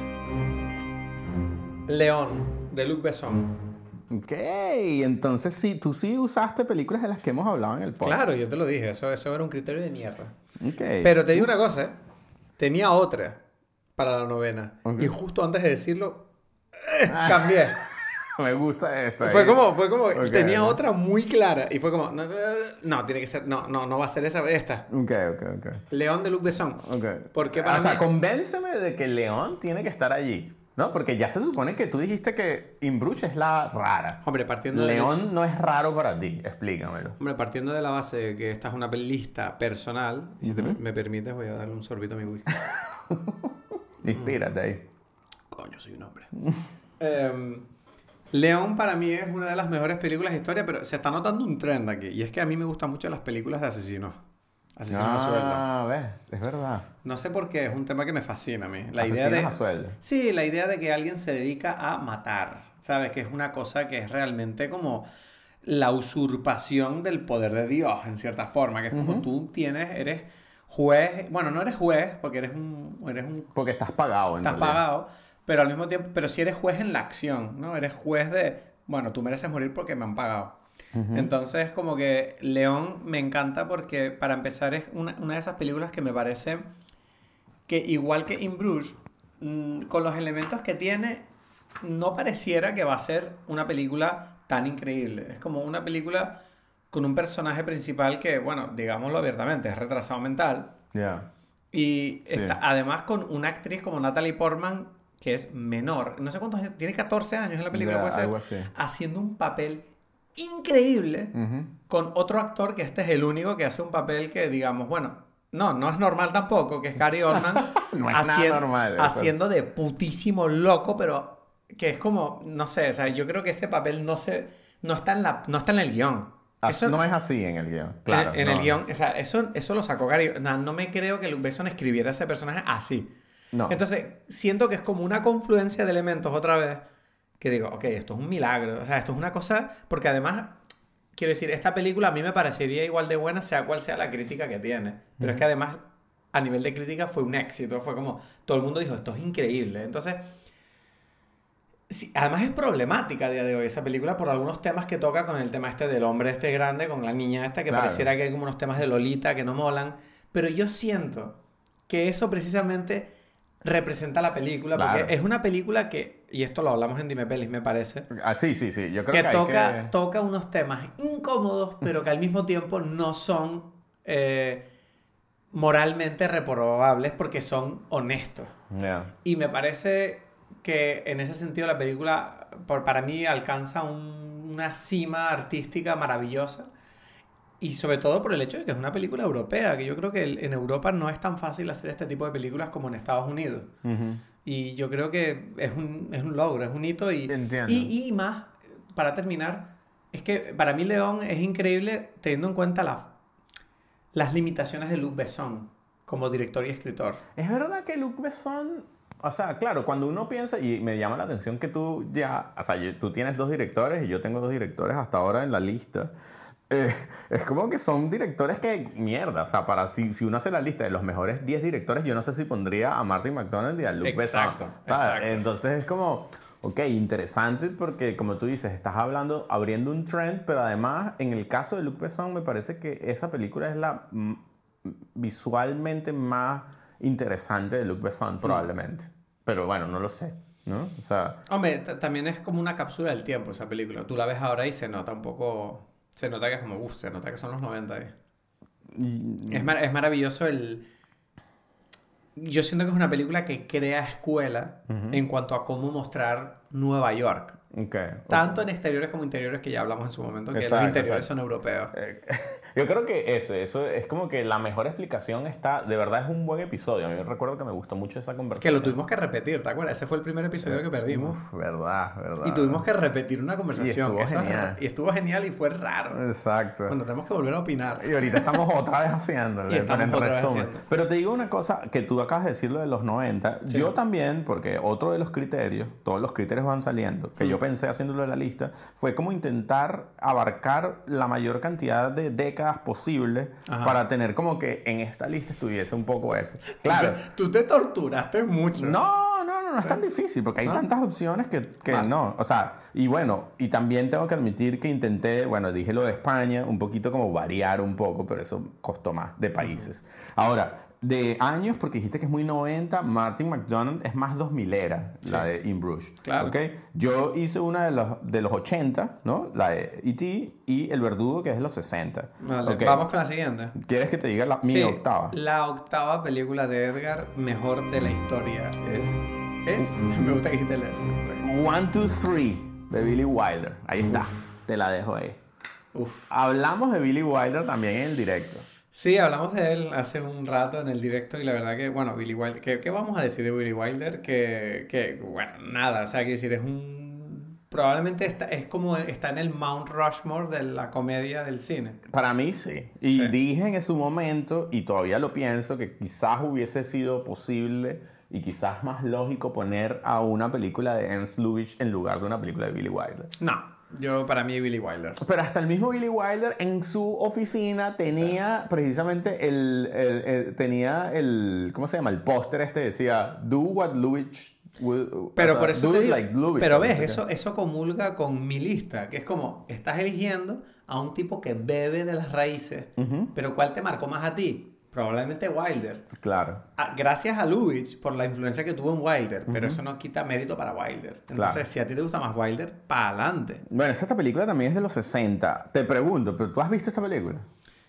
León, de Luc Besson. Ok, entonces sí, tú sí usaste películas de las que hemos hablado en el podcast. Claro, yo te lo dije, eso, eso era un criterio de mierda. Ok. Pero te digo una cosa, ¿eh? tenía otra para la novena. Okay. Y justo antes de decirlo, eh, cambié. Me gusta esto. Fue como, fue como, okay, tenía ¿no? otra muy clara. Y fue como, no, no, tiene que ser, no, no, no va a ser esa, esta. Ok, ok, ok. León de Luc Besson. Ok. Porque para o mí... sea, convénceme de que León tiene que estar allí. ¿No? Porque ya se supone que tú dijiste que In Bruges es la rara. Hombre, partiendo de... León hecho... no es raro para ti. Explícamelo. Hombre, partiendo de la base de que esta es una lista personal, y uh-huh. si te, me permites voy a darle un sorbito a mi whisky. Inspírate ahí. Coño, soy un hombre. um, León para mí es una de las mejores películas de historia, pero se está notando un trend aquí. Y es que a mí me gustan mucho las películas de asesinos. Asesinos ah, a sueldo. Ah, ves, es verdad. No sé por qué, es un tema que me fascina a mí. La asesinos idea de, a sueldo. Sí, la idea de que alguien se dedica a matar, ¿sabes? Que es una cosa que es realmente como la usurpación del poder de Dios, en cierta forma. Que es como uh-huh. tú tienes, eres juez... Bueno, no eres juez, porque eres un... Eres un porque estás pagado, en Estás realidad. pagado, pero al mismo tiempo... Pero sí eres juez en la acción, ¿no? Eres juez de... Bueno, tú mereces morir porque me han pagado. Uh-huh. Entonces, como que León me encanta porque, para empezar, es una, una de esas películas que me parece que, igual que In Bruges, mmm, con los elementos que tiene, no pareciera que va a ser una película tan increíble. Es como una película con un personaje principal que, bueno, digámoslo abiertamente, es retrasado mental. Yeah. Y sí. está, además, con una actriz como Natalie Portman, que es menor, no sé cuántos años, tiene catorce años en la película, yeah, puede ser, algo así. Haciendo un papel increíble uh-huh. con otro actor que este es el único que hace un papel que, digamos, bueno, no, no es normal tampoco, que es Gary Oldman no es haciendo, nada normal, haciendo de putísimo loco, pero que es como, no sé, o sea, yo creo que ese papel no se, no está en la, no está en el guión. Eso, no es así en el guión, claro. En, en no, el guión, no. o sea, eso, eso lo sacó Gary, no, no me creo que Luc Besson escribiera ese personaje así. No. Entonces, siento que es como una confluencia de elementos otra vez, que digo, ok, esto es un milagro, o sea, esto es una cosa, porque además, quiero decir, esta película a mí me parecería igual de buena sea cual sea la crítica que tiene, pero uh-huh. es que además, a nivel de crítica fue un éxito, fue como, todo el mundo dijo, esto es increíble, entonces, sí, además es problemática a día de hoy esa película por algunos temas que toca con el tema este del hombre este grande, con la niña esta, que claro. pareciera que hay como unos temas de Lolita que no molan, pero yo siento que eso precisamente representa la película, porque claro. es una película que, y esto lo hablamos en Dime Pelis, me parece. Ah, sí, sí, sí. Yo creo que, que, toca, hay que... toca unos temas incómodos, pero que al mismo tiempo no son eh, moralmente reprobables porque son honestos. Yeah. Y me parece que en ese sentido la película, por, para mí, alcanza un, una cima artística maravillosa. Y sobre todo por el hecho de que es una película europea, que yo creo que en Europa no es tan fácil hacer este tipo de películas como en Estados Unidos. Uh-huh. Y yo creo que es un, es un logro, es un hito. Y, Entiendo. y, y más, para terminar, es que para mí León es increíble teniendo en cuenta la, las limitaciones de Luc Besson como director y escritor. Es verdad que Luc Besson, o sea, claro, cuando uno piensa, y me llama la atención que tú ya, o sea, tú tienes dos directores y yo tengo dos directores hasta ahora en la lista. Eh, es como que son directores que, mierda, o sea, para, si, si uno hace la lista de los mejores diez directores, yo no sé si pondría a Martin McDonagh y a Luc Besson. Exacto, exacto. Entonces es como, ok, interesante porque, como tú dices, estás hablando, abriendo un trend, pero además, en el caso de Luc Besson, me parece que esa película es la mm, visualmente más interesante de Luc Besson, probablemente. Mm. Pero bueno, no lo sé, ¿no? O sea... Hombre, t- también es como una cápsula del tiempo esa película. Tú la ves ahora y se nota un poco... Se nota que es como, uff, se nota que son los noventa. Eh. Y... Es, mar- es maravilloso el... Yo siento que es una película que crea escuela uh-huh. en cuanto a cómo mostrar Nueva York. Okay, Tanto okay. en exteriores como interiores, que ya hablamos en su momento, que exacto, los interiores exacto. son europeos. Eh, yo creo que eso, eso es como que la mejor explicación está, de verdad es un buen episodio. A mí recuerdo que me gustó mucho esa conversación. Que lo tuvimos que repetir, ¿te acuerdas? Ese fue el primer episodio eh, que perdimos. Uf, verdad, verdad. Y tuvimos que repetir una conversación. Y estuvo genial. Es, y estuvo genial y fue raro. Exacto. Bueno, tenemos que volver a opinar. Y ahorita estamos otra vez haciéndolo. Y estamos en otra resumen. vez haciendo. Pero te digo una cosa, que tú acabas de decir lo de los noventa. Sí. Yo también, porque otro de los criterios, todos los criterios van saliendo, que mm. yo pensé haciéndolo de la lista, fue como intentar abarcar la mayor cantidad de décadas posible Ajá. para tener como que en esta lista estuviese un poco eso. Claro. Tú te, tú te torturaste mucho. No, no, no, no es tan difícil porque hay ¿no? tantas opciones que, que vale. no. O sea, y bueno, y también tengo que admitir que intenté, bueno, dije lo de España, un poquito como variar un poco, pero eso costó más de países. Uh-huh. Ahora, de años, porque dijiste que es muy noventa, Martin McDonagh es más dos milera, sí. La de In Bruges. Claro. ¿Okay? Yo hice una de los, de los ochenta, ¿no? La de E T y El Verdugo, que es de los sesenta. Vale, ¿Okay? Vamos con la siguiente. ¿Quieres que te diga la, mi sí, octava? La octava película de Edgar mejor de la historia. Es... ¿Es? Me gusta que dijiste el es. One, Two, Three, de Billy Wilder. Ahí Uf. Está. Te la dejo ahí. Uf. Hablamos de Billy Wilder también en el directo. Sí, hablamos de él hace un rato en el directo y la verdad que, bueno, Billy Wilder, ¿qué, qué vamos a decir de Billy Wilder? Que, que, bueno, nada, o sea, quiero decir, es un... Probablemente está, es como está en el Mount Rushmore de la comedia del cine. Para mí sí. Y sí. Dije en su momento, y todavía lo pienso, que quizás hubiese sido posible y quizás más lógico poner a una película de Ernst Lubitsch en lugar de una película de Billy Wilder. No. Yo, para mí, Billy Wilder. Pero hasta el mismo Billy Wilder en su oficina tenía sí. precisamente el, el, el... Tenía el... ¿Cómo se llama? El póster este decía... Do what Lubitsch... Will, pero o sea, por eso do te it digo, like Lubitsch, pero ves, eso, eso comulga con mi lista. Que es como... Estás eligiendo a un tipo que bebe de las raíces. Uh-huh. Pero ¿cuál te marcó más a ti? Probablemente Wilder. Claro. Gracias a Lubitsch por la influencia que tuvo en Wilder, uh-huh. pero eso no quita mérito para Wilder. Entonces, claro. Si a ti te gusta más Wilder, pa' adelante. Bueno, esta película también es de los sesenta. Te pregunto, ¿pero tú has visto esta película?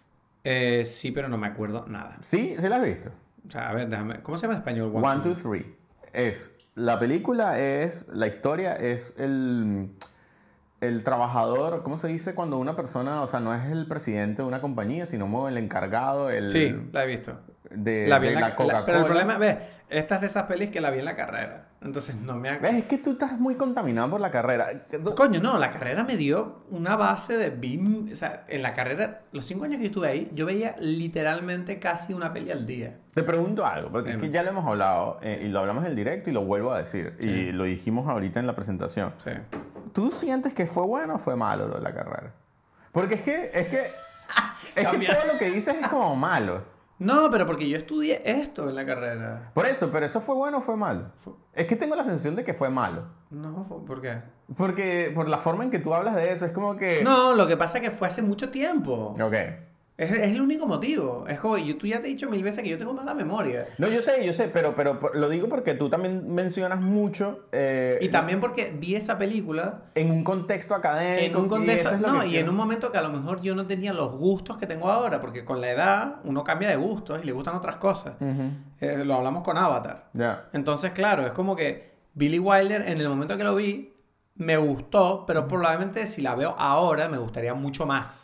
Eh, sí, pero no me acuerdo nada. ¿Sí? ¿Sí la has visto? O sea, a ver, déjame... ¿Cómo se llama en español? One, One two, Three. Es... La película es... La historia es el... El trabajador, ¿cómo se dice cuando una persona, o sea, no es el presidente de una compañía, sino el encargado, el... Sí, la he visto. De la vi de en la, la Coca-Cola. La, pero el problema, ves, esta es de esas pelis que la vi en la carrera. Entonces no me ha... ¿Ves? Es que tú estás muy contaminado por la carrera. Coño, no, la carrera me dio una base de... B I M, o sea, en la carrera, los cinco años que estuve ahí, yo veía literalmente casi una peli al día. Te pregunto algo, porque Dime. Es que ya lo hemos hablado, eh, y lo hablamos en el directo y lo vuelvo a decir. Sí. Y lo dijimos ahorita en la presentación. Sí. ¿Tú sientes que fue bueno o fue malo lo de la carrera? Porque es que, es que, es que todo lo que dices es como malo. No, pero porque yo estudié esto en la carrera. Por eso, pero ¿eso fue bueno o fue malo? Fue... Es que tengo la sensación de que fue malo. No, ¿por qué? Porque por la forma en que tú hablas de eso, es como que... No, lo que pasa es que fue hace mucho tiempo. Ok. Es, es el único motivo. Es como, yo, tú ya te he dicho mil veces que yo tengo mala memoria. No, yo sé, yo sé, pero, pero lo digo porque tú también mencionas mucho... Eh, y también porque vi esa película... En un contexto académico. En un contexto... Y eso es lo no, que y quiero. En un momento que a lo mejor yo no tenía los gustos que tengo ahora, porque con la edad uno cambia de gustos y le gustan otras cosas. Uh-huh. Eh, lo hablamos con Avatar. Yeah. Entonces, claro, es como que Billy Wilder, en el momento que lo vi, me gustó, pero uh-huh. probablemente si la veo ahora me gustaría mucho más.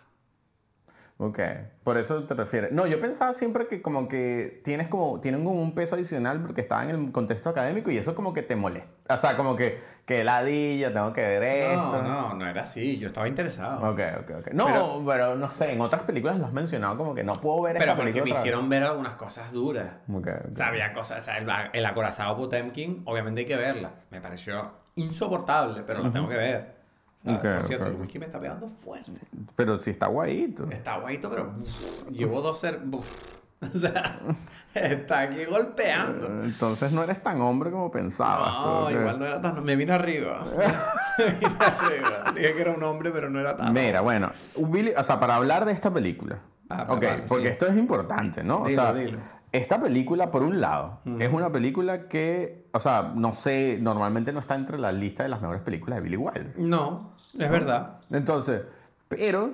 Ok, por eso te refieres. No, yo pensaba siempre que como que tienes como, tienen como un peso adicional porque estaba en el contexto académico y eso como que te molesta. O sea, como que, que ladilla, tengo que ver esto. No, no, no era así, yo estaba interesado. Ok, ok, ok. No, pero, pero no sé, en otras películas lo has mencionado como que no puedo ver pero esta película. Pero porque me hicieron ver algunas cosas duras. Okay, okay. O sea, había cosas, o sea, el, el acorazado Potemkin, obviamente hay que verla. Me pareció insoportable, pero uh-huh. la tengo que ver. ¿Sabes? Okay, Por cierto, okay. el whisky me está pegando fuerte. Pero sí está guayito. Está guayito, pero uf, llevo dos ser... Uf. O sea, está aquí golpeando. Entonces no eres tan hombre como pensabas. No, igual no era tan... Me vine arriba. Me vine arriba. Dije que era un hombre, pero no era tan... Mira, bueno, Billy, o sea, para hablar de esta película. Ah, ok, vale, porque sí. Esto es importante, ¿no? Dilo, o sea, dilo. Esta película, por un lado, uh-huh. es una película que, o sea, no sé, normalmente no está entre la lista de las mejores películas de Billy Wilder. No, es verdad. Entonces, pero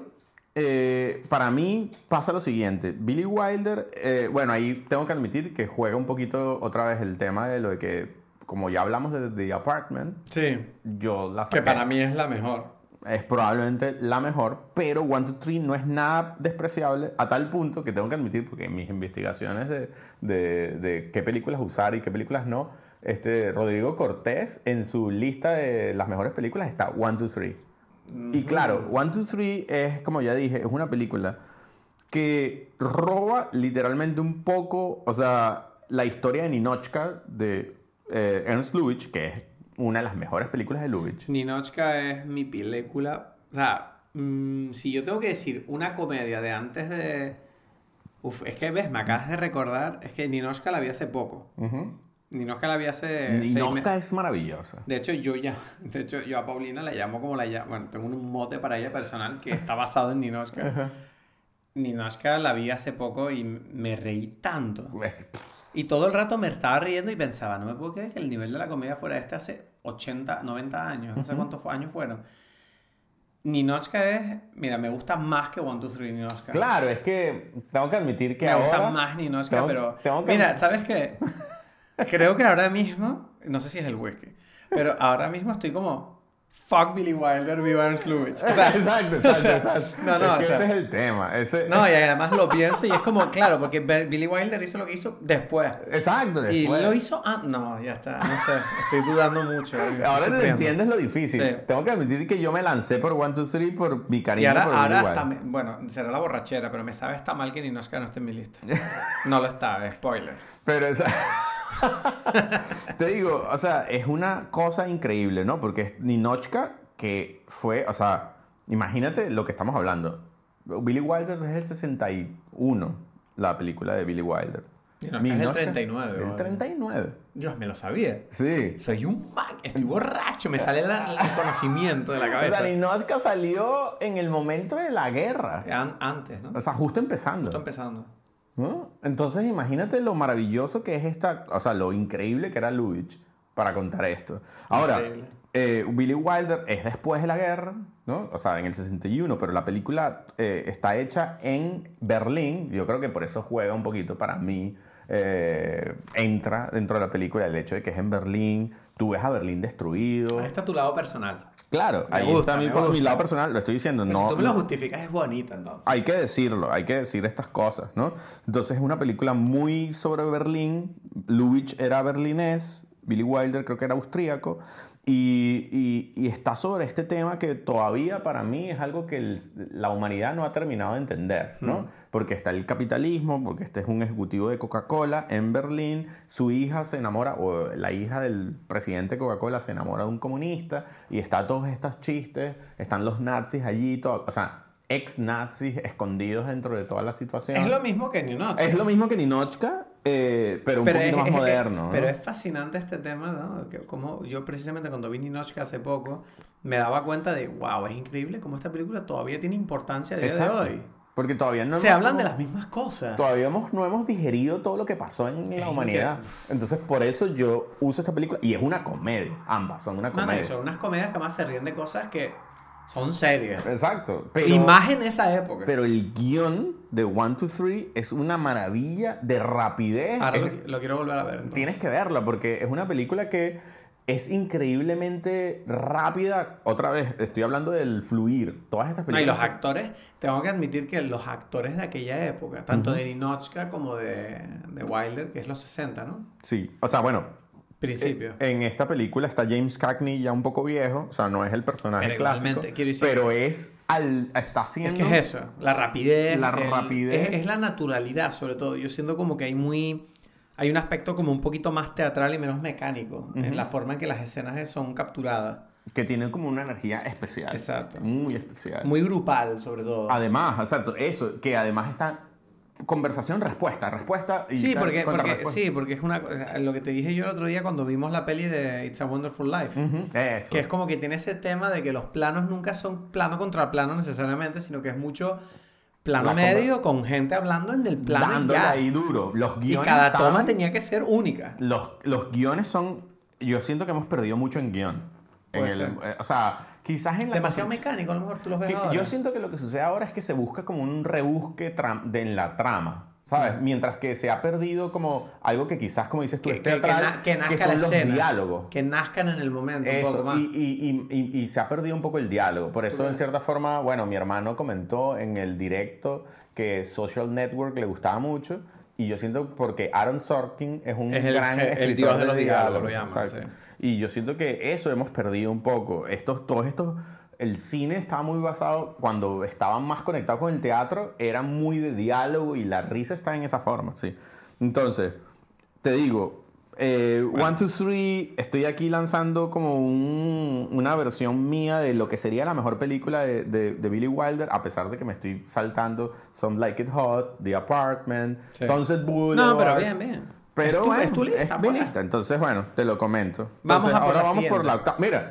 eh, para mí pasa lo siguiente. Billy Wilder, eh, bueno, ahí tengo que admitir que juega un poquito otra vez el tema de lo de que, como ya hablamos de The Apartment, sí. yo la saqué. Que para mí es la mejor. Es probablemente la mejor, pero One, Two, Three no es nada despreciable a tal punto que tengo que admitir, porque en mis investigaciones de, de, de qué películas usar y qué películas no, este, Rodrigo Cortés en su lista de las mejores películas está One, Two, Three. Uh-huh. Y claro, One, Two, Three es, como ya dije, es una película que roba literalmente un poco, o sea, la historia de Ninotchka de eh, Ernst Lubitsch, que es una de las mejores películas de Lubitsch. Ninotchka es mi película. O sea, mmm, si yo tengo que decir una comedia de antes de... Uf, es que ves, me acabas de recordar. Es que Ninotchka la vi hace poco. Uh-huh. Ninotchka la vi hace... Ninotchka es maravillosa. De hecho, yo ya... De hecho, yo a Paulina la llamo como la llamo... Bueno, tengo un mote para ella personal que está basado en Ninotchka. Uh-huh. Ninochka la vi hace poco y me reí tanto. Y todo el rato me estaba riendo y pensaba, no me puedo creer que el nivel de la comedia fuera este hace ochenta, noventa años, no sé cuántos años fueron. Ninochka es, mira, me gusta más que one two three Ninochka. Claro, es que tengo que admitir que me ahora... Me gusta más Ninochka, tengo, pero... Tengo que... Mira, ¿sabes qué? Creo que ahora mismo, no sé si es el whisky, pero ahora mismo estoy como... Fuck Billy Wilder, viva Ernst Lubitsch. O sea, exacto, exacto, o sea, exacto. No, no, es que o sea, ese es el tema. Ese... No, y además lo pienso y es como, claro, porque Billy Wilder hizo lo que hizo después. Exacto, después. Y lo hizo antes. No, ya está, no sé, estoy dudando mucho. Ahora no entiendes lo difícil. Sí. Tengo que admitir que yo me lancé por one two three por mi cariño y ahora, por ahora Billy hasta Wilder. me, bueno, será la borrachera, pero me sabe está mal que Ninochka no esté en mi lista. No lo está, spoiler. Pero esa... Te digo, o sea, es una cosa increíble, ¿no? Porque Ninochka, que fue, o sea, imagínate lo que estamos hablando. Billy Wilder es el sesenta y uno, la película de Billy Wilder. Ninochka es el treinta y nueve. El treinta y nueve. Dios, me lo sabía. Sí. Soy un mag, estoy borracho, me sale la, el conocimiento de la cabeza. O sea, Ninochka salió en el momento de la guerra. An antes, ¿no? O sea, justo empezando. Justo empezando. ¿No? Entonces imagínate lo maravilloso que es esta, o sea, lo increíble que era Lubitsch para contar esto. Ahora, eh, Billy Wilder es después de la guerra, ¿no? O sea, en el sesenta y uno, pero la película eh, está hecha en Berlín. Yo creo que por eso juega un poquito para mí. Eh, entra dentro de la película el hecho de que es en Berlín. Tú ves a Berlín destruido. Ahí está tu lado personal. Claro, me ahí gusta, está mi, me por gusta. mi lado personal, lo estoy diciendo. Pero no, si tú me lo justificas es bonita entonces. Hay que decirlo, hay que decir estas cosas, ¿no? Entonces es una película muy sobre Berlín. Lubitsch era berlinés, Billy Wilder creo que era austríaco. Y, y, y está sobre este tema que todavía para mí es algo que el, la humanidad no ha terminado de entender, ¿no? Mm. Porque está el capitalismo, porque este es un ejecutivo de Coca-Cola en Berlín, su hija se enamora, o la hija del presidente de Coca-Cola se enamora de un comunista, y está todos estos chistes, están los nazis allí, todo, o sea, ex-nazis escondidos dentro de toda la situación. Es lo mismo que Ninochka. Es lo mismo que Ninochka, eh, pero un pero poquito es, más es, moderno. ¿no? Pero es fascinante este tema, ¿no? Que como yo precisamente cuando vi Ninochka hace poco, me daba cuenta de, wow, es increíble cómo esta película todavía tiene importancia a día Exacto. de hoy. Porque todavía no... Se hablan de las mismas cosas. Todavía hemos, no hemos digerido todo lo que pasó en la es humanidad. Que... Entonces, por eso yo uso esta película. Y es una comedia. Ambas son una comedia. No, no, son unas comedias que además se ríen de cosas que son serias. Exacto. Pero, y más en esa época. Pero el guión de one two three es una maravilla de rapidez. Ahora es, lo, lo quiero volver a ver. Entonces. Tienes que verla porque es una película que... es increíblemente rápida. Otra vez, estoy hablando del fluir. Todas estas películas. No, y los actores, tengo que admitir que los actores de aquella época, tanto uh-huh. de Ninochka como de, de Wilder, que es los sesenta, ¿no? Sí, o sea, bueno. Principio. Eh, en esta película está James Cagney ya un poco viejo, o sea, no es el personaje pero clásico, quiero decir, pero es al, está haciendo... Es que es eso, la rapidez. La el, rapidez. Es, es la naturalidad, sobre todo. Yo siento como que hay muy... Hay un aspecto como un poquito más teatral y menos mecánico uh-huh. en la forma en que las escenas son capturadas. Que tienen como una energía especial. Exacto. Muy especial. Muy grupal, sobre todo. Además, exacto, eso, que además está conversación, respuesta, respuesta y sí, porque, porque, sí, porque es una o sea, lo que te dije yo el otro día cuando vimos la peli de It's a Wonderful Life. Uh-huh. Eso. Que es como que tiene ese tema de que los planos nunca son plano contra plano necesariamente, sino que es mucho... plano la medio con gente hablando en el plano dándole ya. ahí duro. Los guiones y cada tan, toma tenía que ser única. Los, los guiones son... Yo siento que hemos perdido mucho en guión. En el, eh, o sea, quizás en la... Demasiado mecánico, a lo mejor tú los ves ahora. Yo siento que lo que sucede ahora es que se busca como un rebusque de, en la trama. ¿Sabes? Mm. Mientras que se ha perdido como algo que quizás, como dices tú, que, es teatral, que, na, que, que son la los escena, diálogos. Que nazcan en el momento. Eso, un poco más. Y, y, y, y, y se ha perdido un poco el diálogo. Por eso, sí. en cierta forma, bueno, mi hermano comentó en el directo que Social Network le gustaba mucho. Y yo siento porque Aaron Sorkin es un es el, gran el, escritor el dios de los de diálogos, diálogos. lo llaman. Sí. Y yo siento que eso hemos perdido un poco. Estos, todos estos... El cine estaba muy basado, cuando estaban más conectados con el teatro, era muy de diálogo y la risa está en esa forma, sí. Entonces, te digo, eh, bueno. one, two, three, estoy aquí lanzando como un, una versión mía de lo que sería la mejor película de, de, de Billy Wilder, a pesar de que me estoy saltando Some Like It Hot, The Apartment, sí. Sunset Boulevard. No, pero bien, bien. Pero es tu, bueno, es tu lista, es mi lista, entonces bueno, te lo comento. Entonces, vamos a por ahora la vamos siguiente. por la octava. Mira,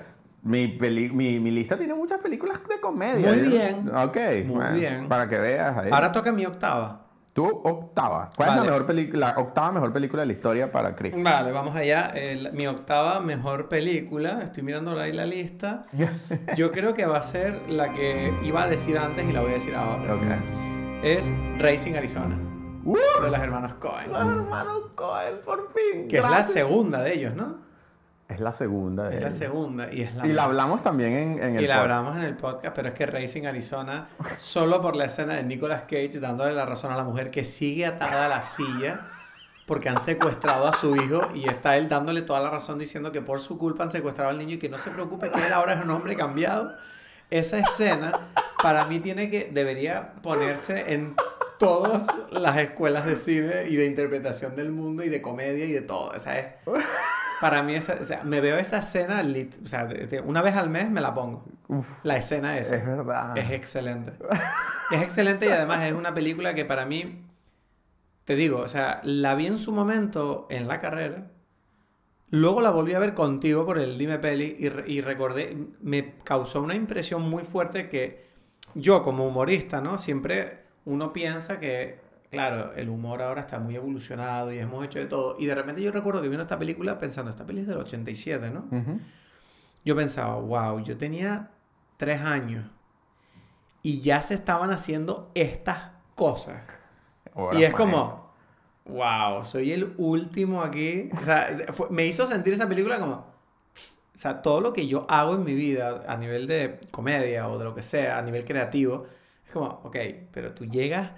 Mi, peli mi, mi lista tiene muchas películas de comedia. Muy bien. Ok. Muy bueno, bien. Para que veas ahí. Ahora toca mi octava. Tú, octava. ¿Cuál Vale. es la, mejor película, la octava mejor película de la historia para Chris? Vale, vamos allá. El- mi octava mejor película, estoy mirando ahí la lista. Yo creo que va a ser la que iba a decir antes y la voy a decir ahora. Ok. Es Racing Arizona, ¡Uh! de los hermanos Coen. Los hermanos Coen, por fin. Que es la Gracias. segunda de ellos, ¿no? Es la segunda de Es la ellos. segunda y es la Y la mejor. hablamos también en, en el Y la podcast. hablamos en el podcast, pero es que Racing Arizona, solo por la escena de Nicolas Cage dándole la razón a la mujer que sigue atada a la silla porque han secuestrado a su hijo y está él dándole toda la razón diciendo que por su culpa han secuestrado al niño y que no se preocupe que él ahora es un hombre cambiado. Esa escena para mí tiene que, debería ponerse en todas las escuelas de cine y de interpretación del mundo y de comedia y de todo. O sea, es... Para mí, esa, o sea, me veo esa escena, lit, o sea, de- de- una vez al mes me la pongo. Uf, La escena esa. es verdad. Es excelente. Es excelente y además es una película que para mí, te digo, o sea, la vi en su momento en la carrera, luego la volví a ver contigo por el Dime Peli y, re- y recordé, me causó una impresión muy fuerte que yo como humorista, ¿no? Siempre uno piensa que, claro, el humor ahora está muy evolucionado y hemos hecho de todo. Y de repente yo recuerdo que viendo esta película pensando, esta peli es del ochenta y siete, ¿no? Ujú. Yo pensaba, wow, yo tenía tres años y ya se estaban haciendo estas cosas. Obras Y es maestras. como, wow, soy el último aquí. O sea, fue- me hizo sentir esa película como, o sea, todo lo que yo hago en mi vida a nivel de comedia o de lo que sea, a nivel creativo, es como, ok, pero tú llegas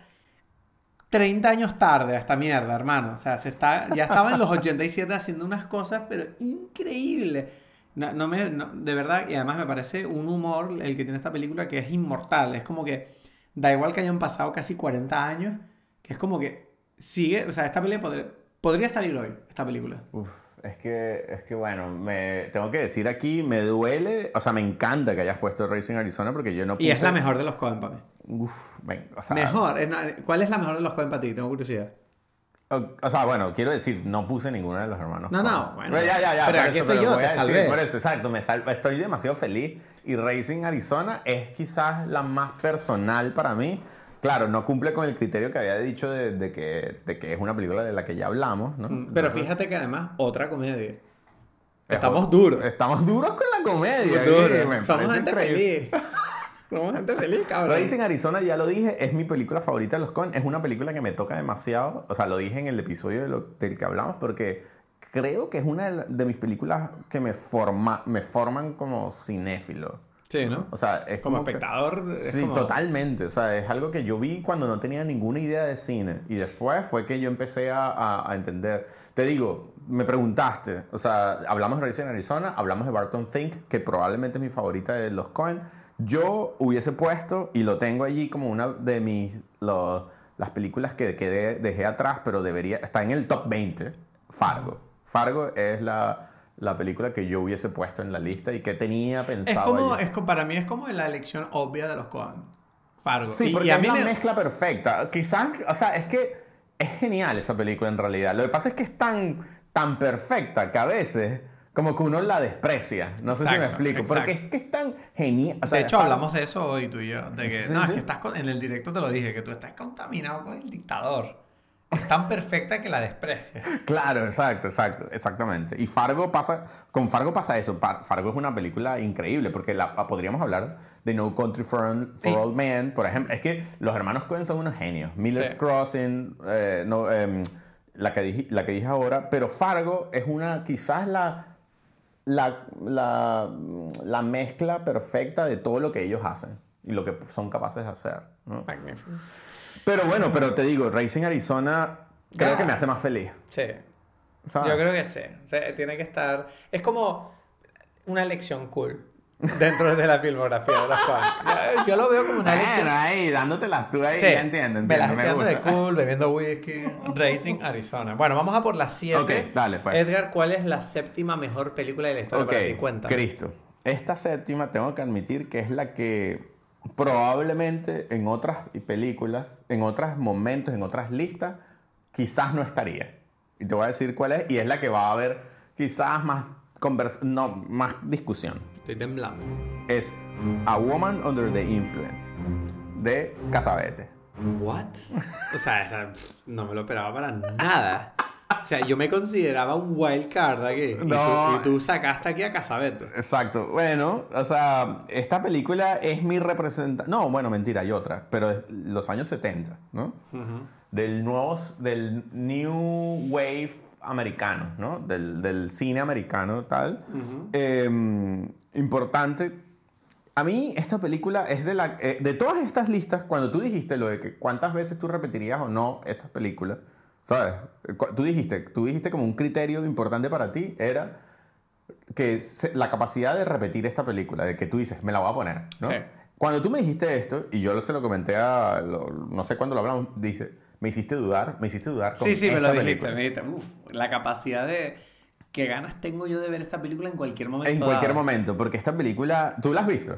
treinta años tarde a esta mierda, hermano. O sea, se está, ya estaba en los ochenta y siete haciendo unas cosas, pero increíbles. No, no me, no- de verdad, y además me parece un humor el que tiene esta película que es inmortal. Es como que da igual que hayan pasado casi cuarenta años, que es como que sigue, o sea, esta película podría, podría salir hoy, esta película. Uf, es que, es que bueno, me, tengo que decir aquí, me duele, o sea, me encanta que hayas puesto Racing Arizona porque yo no puse... Y es la mejor de los Coen para mí. Uf, ven, o sea... Mejor. es na- ¿Cuál es la mejor de los Coen para ti? Tengo curiosidad. O, o sea, bueno, quiero decir, no puse ninguna de los hermanos. No, Coen. no, bueno. ya, ya, ya. Pero por aquí eso, estoy pero yo, voy te a decir, salvé. por eso, exacto, me sal- estoy demasiado feliz. Y Racing Arizona es quizás la más personal para mí. Claro, no cumple con el criterio que había dicho de, de que, de que es una película de la que ya hablamos, ¿no? Mm, Pero Entonces, fíjate que además, otra comedia. es Estamos otro- duros. Estamos duros con la comedia. Duros. que me Somos parece gente increíble. feliz. Somos gente feliz, cabrón. Racing Arizona, ya lo dije, es mi película favorita de los Coen. Es una película que me toca demasiado. O sea, lo dije en el episodio de lo- del que hablamos porque creo que es una de, la- de mis películas que me, forma, me forman como cinéfilo. Sí, ¿no? O sea, es Como como que- espectador. es Sí, como- totalmente. O sea, es algo que yo vi cuando no tenía ninguna idea de cine. Y después fue que yo empecé a, a- a entender. Te digo, me preguntaste. O sea, hablamos de Racing Arizona, hablamos de Barton Fink, que probablemente es mi favorita de los Coen. Yo hubiese puesto, y lo tengo allí como una de mis... lo- las películas que, que de- dejé atrás, pero debería... Está en el top veinte. Fargo. Fargo es la, la película que yo hubiese puesto en la lista y que tenía pensado Es como, allí. es co- para mí es como la elección obvia de los Coen. Fargo. Sí, Y- porque y a es mí la me- mezcla perfecta. Quizás, o sea, es que es genial esa película en realidad. Lo que pasa es que es tan, tan perfecta que a veces como que uno la desprecia. No sé si me Exacto, explico. Porque exacto. es que es tan genial. O sea, de hecho, es- hablamos de eso hoy tú y yo. De que, Sí, no, es sí. que estás con- en el directo te lo dije, que tú estás contaminado con el dictador. Es tan perfecta que la desprecias. Claro, exacto, exacto, exactamente. Y Fargo pasa, con Fargo pasa eso. Pa- Fargo es una película increíble porque la, podríamos hablar de No Country for, for Sí. Old Men, por ejemplo. Es que los hermanos Coen son unos genios. Miller's Sí. Crossing, eh, no, em, la, que dije, la que dije ahora. Pero Fargo es una, quizás la, la, la, la mezcla perfecta de todo lo que ellos hacen y lo que son capaces de hacer, ¿no? Magnífico. Pero bueno, pero te digo, Racing Arizona creo Ya. que me hace más feliz. Sí. ¿sabes? Yo creo que sí. O sea, tiene que estar... Es como una elección cool dentro de la filmografía de los Coen. Yo, yo lo veo como una elección... Bueno, ahí, dándotelas tú ahí, Sí, ya entiendo, me la entiendo, me estoy dando de gusta. cool, bebiendo whisky, Racing Arizona. Bueno, vamos a por las siete. Ok, dale, pues. Edgar, ¿cuál es la séptima mejor película de la historia Ok, para ti? Cuéntame. Cristo. Esta séptima tengo que admitir que es la que probablemente en otras películas, en otros momentos, en otras listas, quizás no estaría. Y te voy a decir cuál es, y es la que va a haber quizás más, convers no, más discusión. Estoy temblando. Es A Woman Under the Influence, de Cassavetes. ¿What? O sea, esa, no me lo esperaba para nada. O sea, yo me consideraba un wild card aquí. Y, No. tú, y tú sacaste aquí a Cassavetes. Exacto. Bueno, o sea, esta película es mi representación. No, bueno, mentira, hay otra, pero es los años setenta, ¿no? Uh-huh. Del nuevo, del New Wave americano, ¿no? Del, del cine americano, tal. Uh-huh. Eh, importante. A mí esta película es de la... Eh, de todas estas listas, cuando tú dijiste lo de que cuántas veces tú repetirías o no estas películas, ¿sabes? Tú dijiste, tú dijiste como un criterio importante para ti era que se, la capacidad de repetir esta película, de que tú dices, me la voy a poner, ¿no? Sí. Cuando tú me dijiste esto, y yo se lo comenté a... Lo, no sé cuándo lo hablamos, dice, me hiciste dudar, me hiciste dudar con Sí, sí, me lo esta dijiste, película. me dijiste. Uf, la capacidad de... ¿Qué ganas tengo yo de ver esta película en cualquier momento? En cualquier dado? momento, porque esta película... ¿Tú la has visto?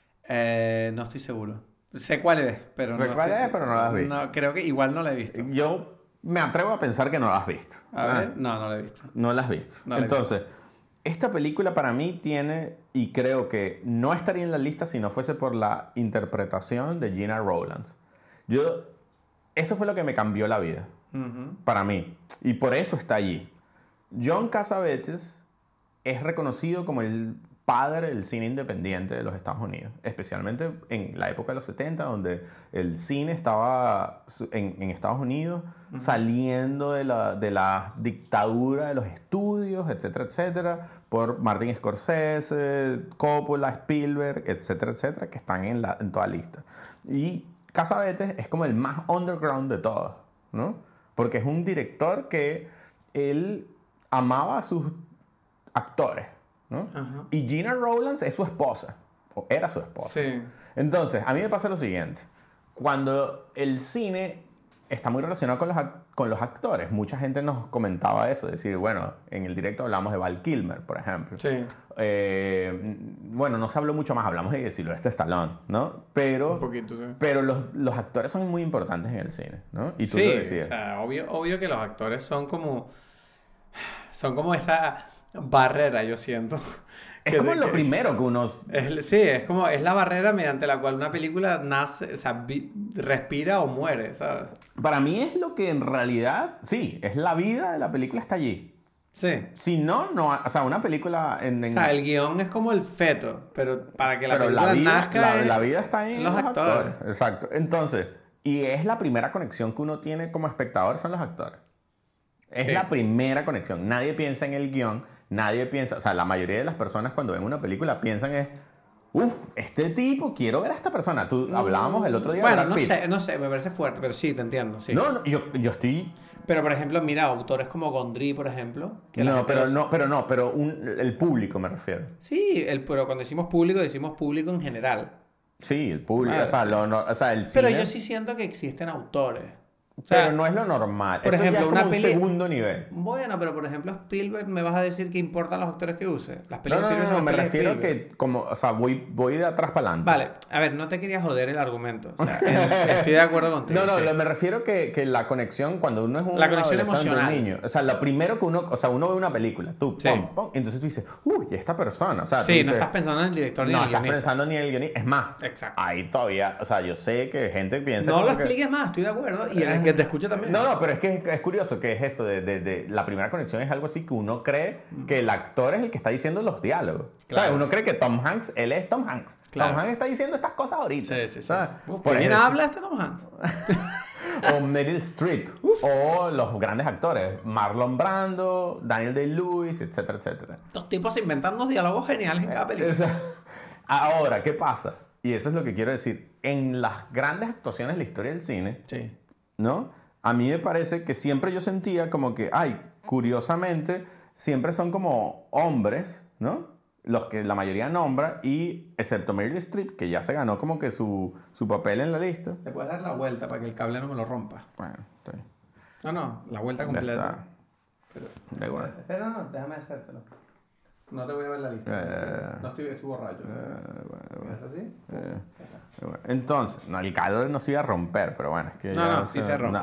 Eh, no estoy seguro. Sé cuál es, pero no Sé cuál estoy- es, pero no la has visto. No, creo que igual no la he visto. Yo me atrevo a pensar que no la has visto. A Ah, ver, no, no la he visto. No la has visto. No la he Entonces, esta película para mí tiene, y creo que no estaría en la lista si no fuese por la interpretación de Gina Rowlands. Yo, eso fue lo que me cambió la vida, Ujú. para mí. Y por eso está allí. John Cassavetes es reconocido como el padre del cine independiente de los Estados Unidos, especialmente en la época de los setenta, donde el cine estaba en, en Estados Unidos uh-huh. saliendo de la, de la dictadura de los estudios, etcétera, etcétera, por Martin Scorsese, Coppola, Spielberg, etcétera, etcétera, que están en, la, en toda lista. Y Cassavetes es como el más underground de todos, ¿no? Porque es un director que él amaba a sus actores, ¿no? Ajá. Y Gina Rowlands es su esposa, o era su esposa. Sí. Entonces, a mí me pasa lo siguiente. Cuando el cine está muy relacionado con los, con los actores, mucha gente nos comentaba eso, decir, bueno, en el directo hablamos de Val Kilmer, por ejemplo. Sí. Eh, bueno, no se habló mucho más, hablamos de Sylvester Stallone, ¿no? Pero, Un poquito, sí. pero los, los actores son muy importantes en el cine, ¿no? Y tú Sí, lo decías. o sea, obvio, obvio que los actores son como... Son como esa barrera, yo siento. Es que como de lo que- primero que uno... Es- sí, es como... Es la barrera mediante la cual una película nace, o sea, vi- respira o muere, ¿sabes? Para mí es lo que en realidad, sí, es la vida de la película está allí. Sí. Si no, no... O sea, una película en... en O sea, el guión es como el feto, pero para que la pero película la vida, nazca la, es- la vida está en los los actores. actores. Exacto. Entonces, y es la primera conexión que uno tiene como espectador son los actores. Es Sí. la primera conexión. Nadie piensa en el guión, nadie piensa... O sea, la mayoría de las personas cuando ven una película piensan es... Uf, este tipo, quiero ver a esta persona. Tú hablábamos el otro día de Bueno, Brad no Pitt. sé, no sé, me parece fuerte, pero sí, te entiendo, sí. No, no, yo, yo estoy... Pero, por ejemplo, mira, autores como Gondry, por ejemplo. que la No, gente pero los- no, pero no, pero un- el público me refiero. Sí, el, pero cuando decimos público, decimos público en general. Sí, el público, Ah, o, sea, sí. lo, no- o sea, el cine... Pero yo sí siento que existen autores. O sea, pero no es lo normal. por Eso ejemplo, ya es una como un peli- segundo nivel. Bueno, pero por ejemplo, Spielberg, ¿me vas a decir que importan los actores que use? Las No, películas no, de no, Spielberg son no, me las pelis de refiero Spielberg. que como, o sea, voy, voy de atrás para adelante. Vale, a ver, no te quería joder el argumento. O sea, en- estoy de acuerdo contigo. No, no, sí. lo- me refiero que, que la conexión cuando uno es un La conexión adolescente, un emocional. niño, o sea, lo primero que uno, o sea, uno ve una película, tú, Sí. pum, pum, entonces tú dices, uy, esta persona, o sea, tú Sí, dices, no estás pensando en el director ni no en el estás guionista. pensando ni en el guionista, es más, Exacto. ahí todavía, o sea, yo sé que gente piensa No como lo que- expliques más, estoy de acuerdo. Y el que te escucha también. No, no, pero es que es, es curioso que es esto de, de- de la primera conexión es algo así que uno cree que el actor es el que está diciendo los diálogos. Claro. ¿Sabes? Uno cree que Tom Hanks, él es Tom Hanks. Claro. Tom Hanks está diciendo estas cosas ahorita. Sí, sí, sí. ¿sabes? Uf, Por ¿qué bien ejemplo, habla este Tom Hanks? o Meryl Streep, o los grandes actores, Marlon Brando, Daniel Day-Lewis, etcétera, etcétera. Estos tipos se inventan unos diálogos geniales en cada película. O sea, ahora, ¿qué pasa? Y eso es lo que quiero decir. En las grandes actuaciones de la historia del cine, Sí. ¿no? A mí me parece que siempre yo sentía como que, ay, curiosamente, siempre son como hombres, ¿no? Los que la mayoría nombra, y excepto Meryl Streep, que ya se ganó como que su, su papel en la lista. Le puedes dar la vuelta para que el cable no me lo rompa. Bueno, está bien. No, no, la vuelta Ya completa. está. Pero, Da igual. espera, no, déjame hacértelo. No te voy a ver la lista. Eh, no estoy, estoy borracho. eh, bueno, ¿Es así? eh, bueno. Entonces, no, el calor no se iba a romper, pero bueno, es que No, ya no, sí se rompe. no, pf,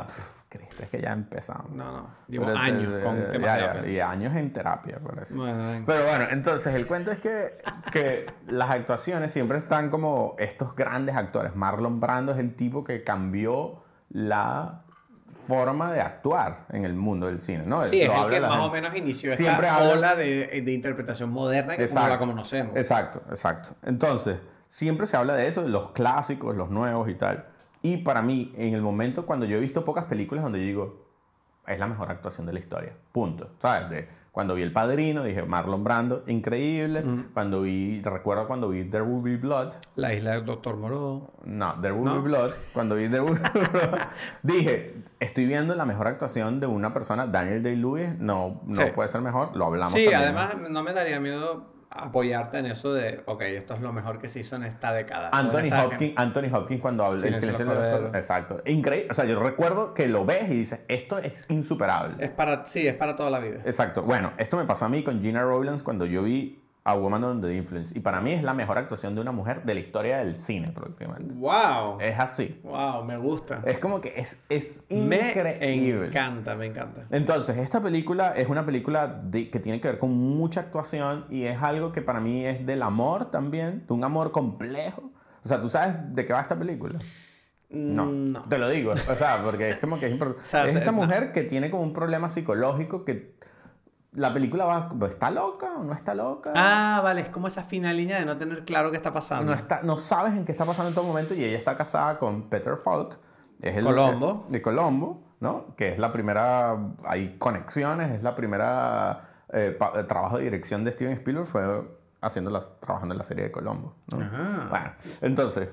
Cristo, es que ya empezamos. No, no. Llevo Pero, años eh, con temas ya, de ya, Apple. y años en terapia, por eso. Bueno, venga. Pero bueno, entonces el cuento es que, que las actuaciones siempre están como estos grandes actores. Marlon Brando es el tipo que cambió la forma de actuar en el mundo del cine, ¿no? Sí, Lo es el habla que la más gente. o menos inició Siempre esta habla- ola de, de interpretación moderna que como la conocemos. Exacto, exacto. Entonces, siempre se habla de eso, de los clásicos, los nuevos y tal. Y para mí, en el momento cuando yo he visto pocas películas donde yo digo, es la mejor actuación de la historia, punto. ¿Sabes? De, cuando vi El Padrino, dije, Marlon Brando, increíble. Mm. Cuando vi, recuerdo cuando vi There Will Be Blood. La isla del Doctor Moreau. No, There Will ¿No? Be Blood. Cuando vi There Will Be Blood, dije, estoy viendo la mejor actuación de una persona, Daniel Day-Lewis, no, no Sí. puede ser mejor, lo hablamos Sí, también. además no me daría miedo apoyarte en eso de, ok, esto es lo mejor que se hizo en esta década. o en Anthony esta Hopkins, Anthony Hopkins cuando habla Silencio el de silencio los de los corderos. corderos. Exacto. Increíble. O sea, yo recuerdo que lo ves y dices, esto es insuperable. Es para, sí, es para toda la vida. Exacto. Bueno, esto me pasó a mí con Gina Rowlands cuando yo vi A Woman Under the Influence. Y para mí es la mejor actuación de una mujer de la historia del cine, prácticamente. ¡Wow! Es así. ¡Wow! Me gusta. Es como que es, es Me increíble. encanta, me encanta. Entonces, esta película es una película de- que tiene que ver con mucha actuación y es algo que para mí es del amor también, de un amor complejo. O sea, ¿tú sabes de qué va esta película? No, No. te lo digo, o sea, porque es como que es importante. O sea, es se- esta no. mujer que tiene como un problema psicológico que la película va, ¿está loca o no está loca? Ah, vale, es como esa fina línea de no tener claro qué está pasando. No, está, no sabes en qué está pasando en todo momento y ella está casada con Peter Falk. Es el, Colombo. De Colombo, ¿no? Que es la primera, hay conexiones, es la primera eh, pa- trabajo de dirección de Steven Spielberg, fue haciendo las, trabajando en la serie de Colombo, ¿no? Ajá. Bueno, entonces,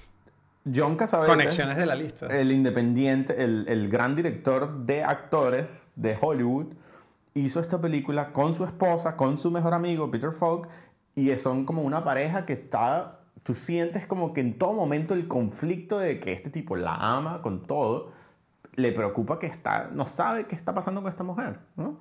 John Cassavetes, Conexiones de la lista. el independiente, el, el gran director de actores de Hollywood, hizo esta película con su esposa, con su mejor amigo Peter Falk, y son como una pareja que está, tú sientes como que en todo momento el conflicto de que este tipo la ama con todo, le preocupa que está, no sabe qué está pasando con esta mujer, ¿no?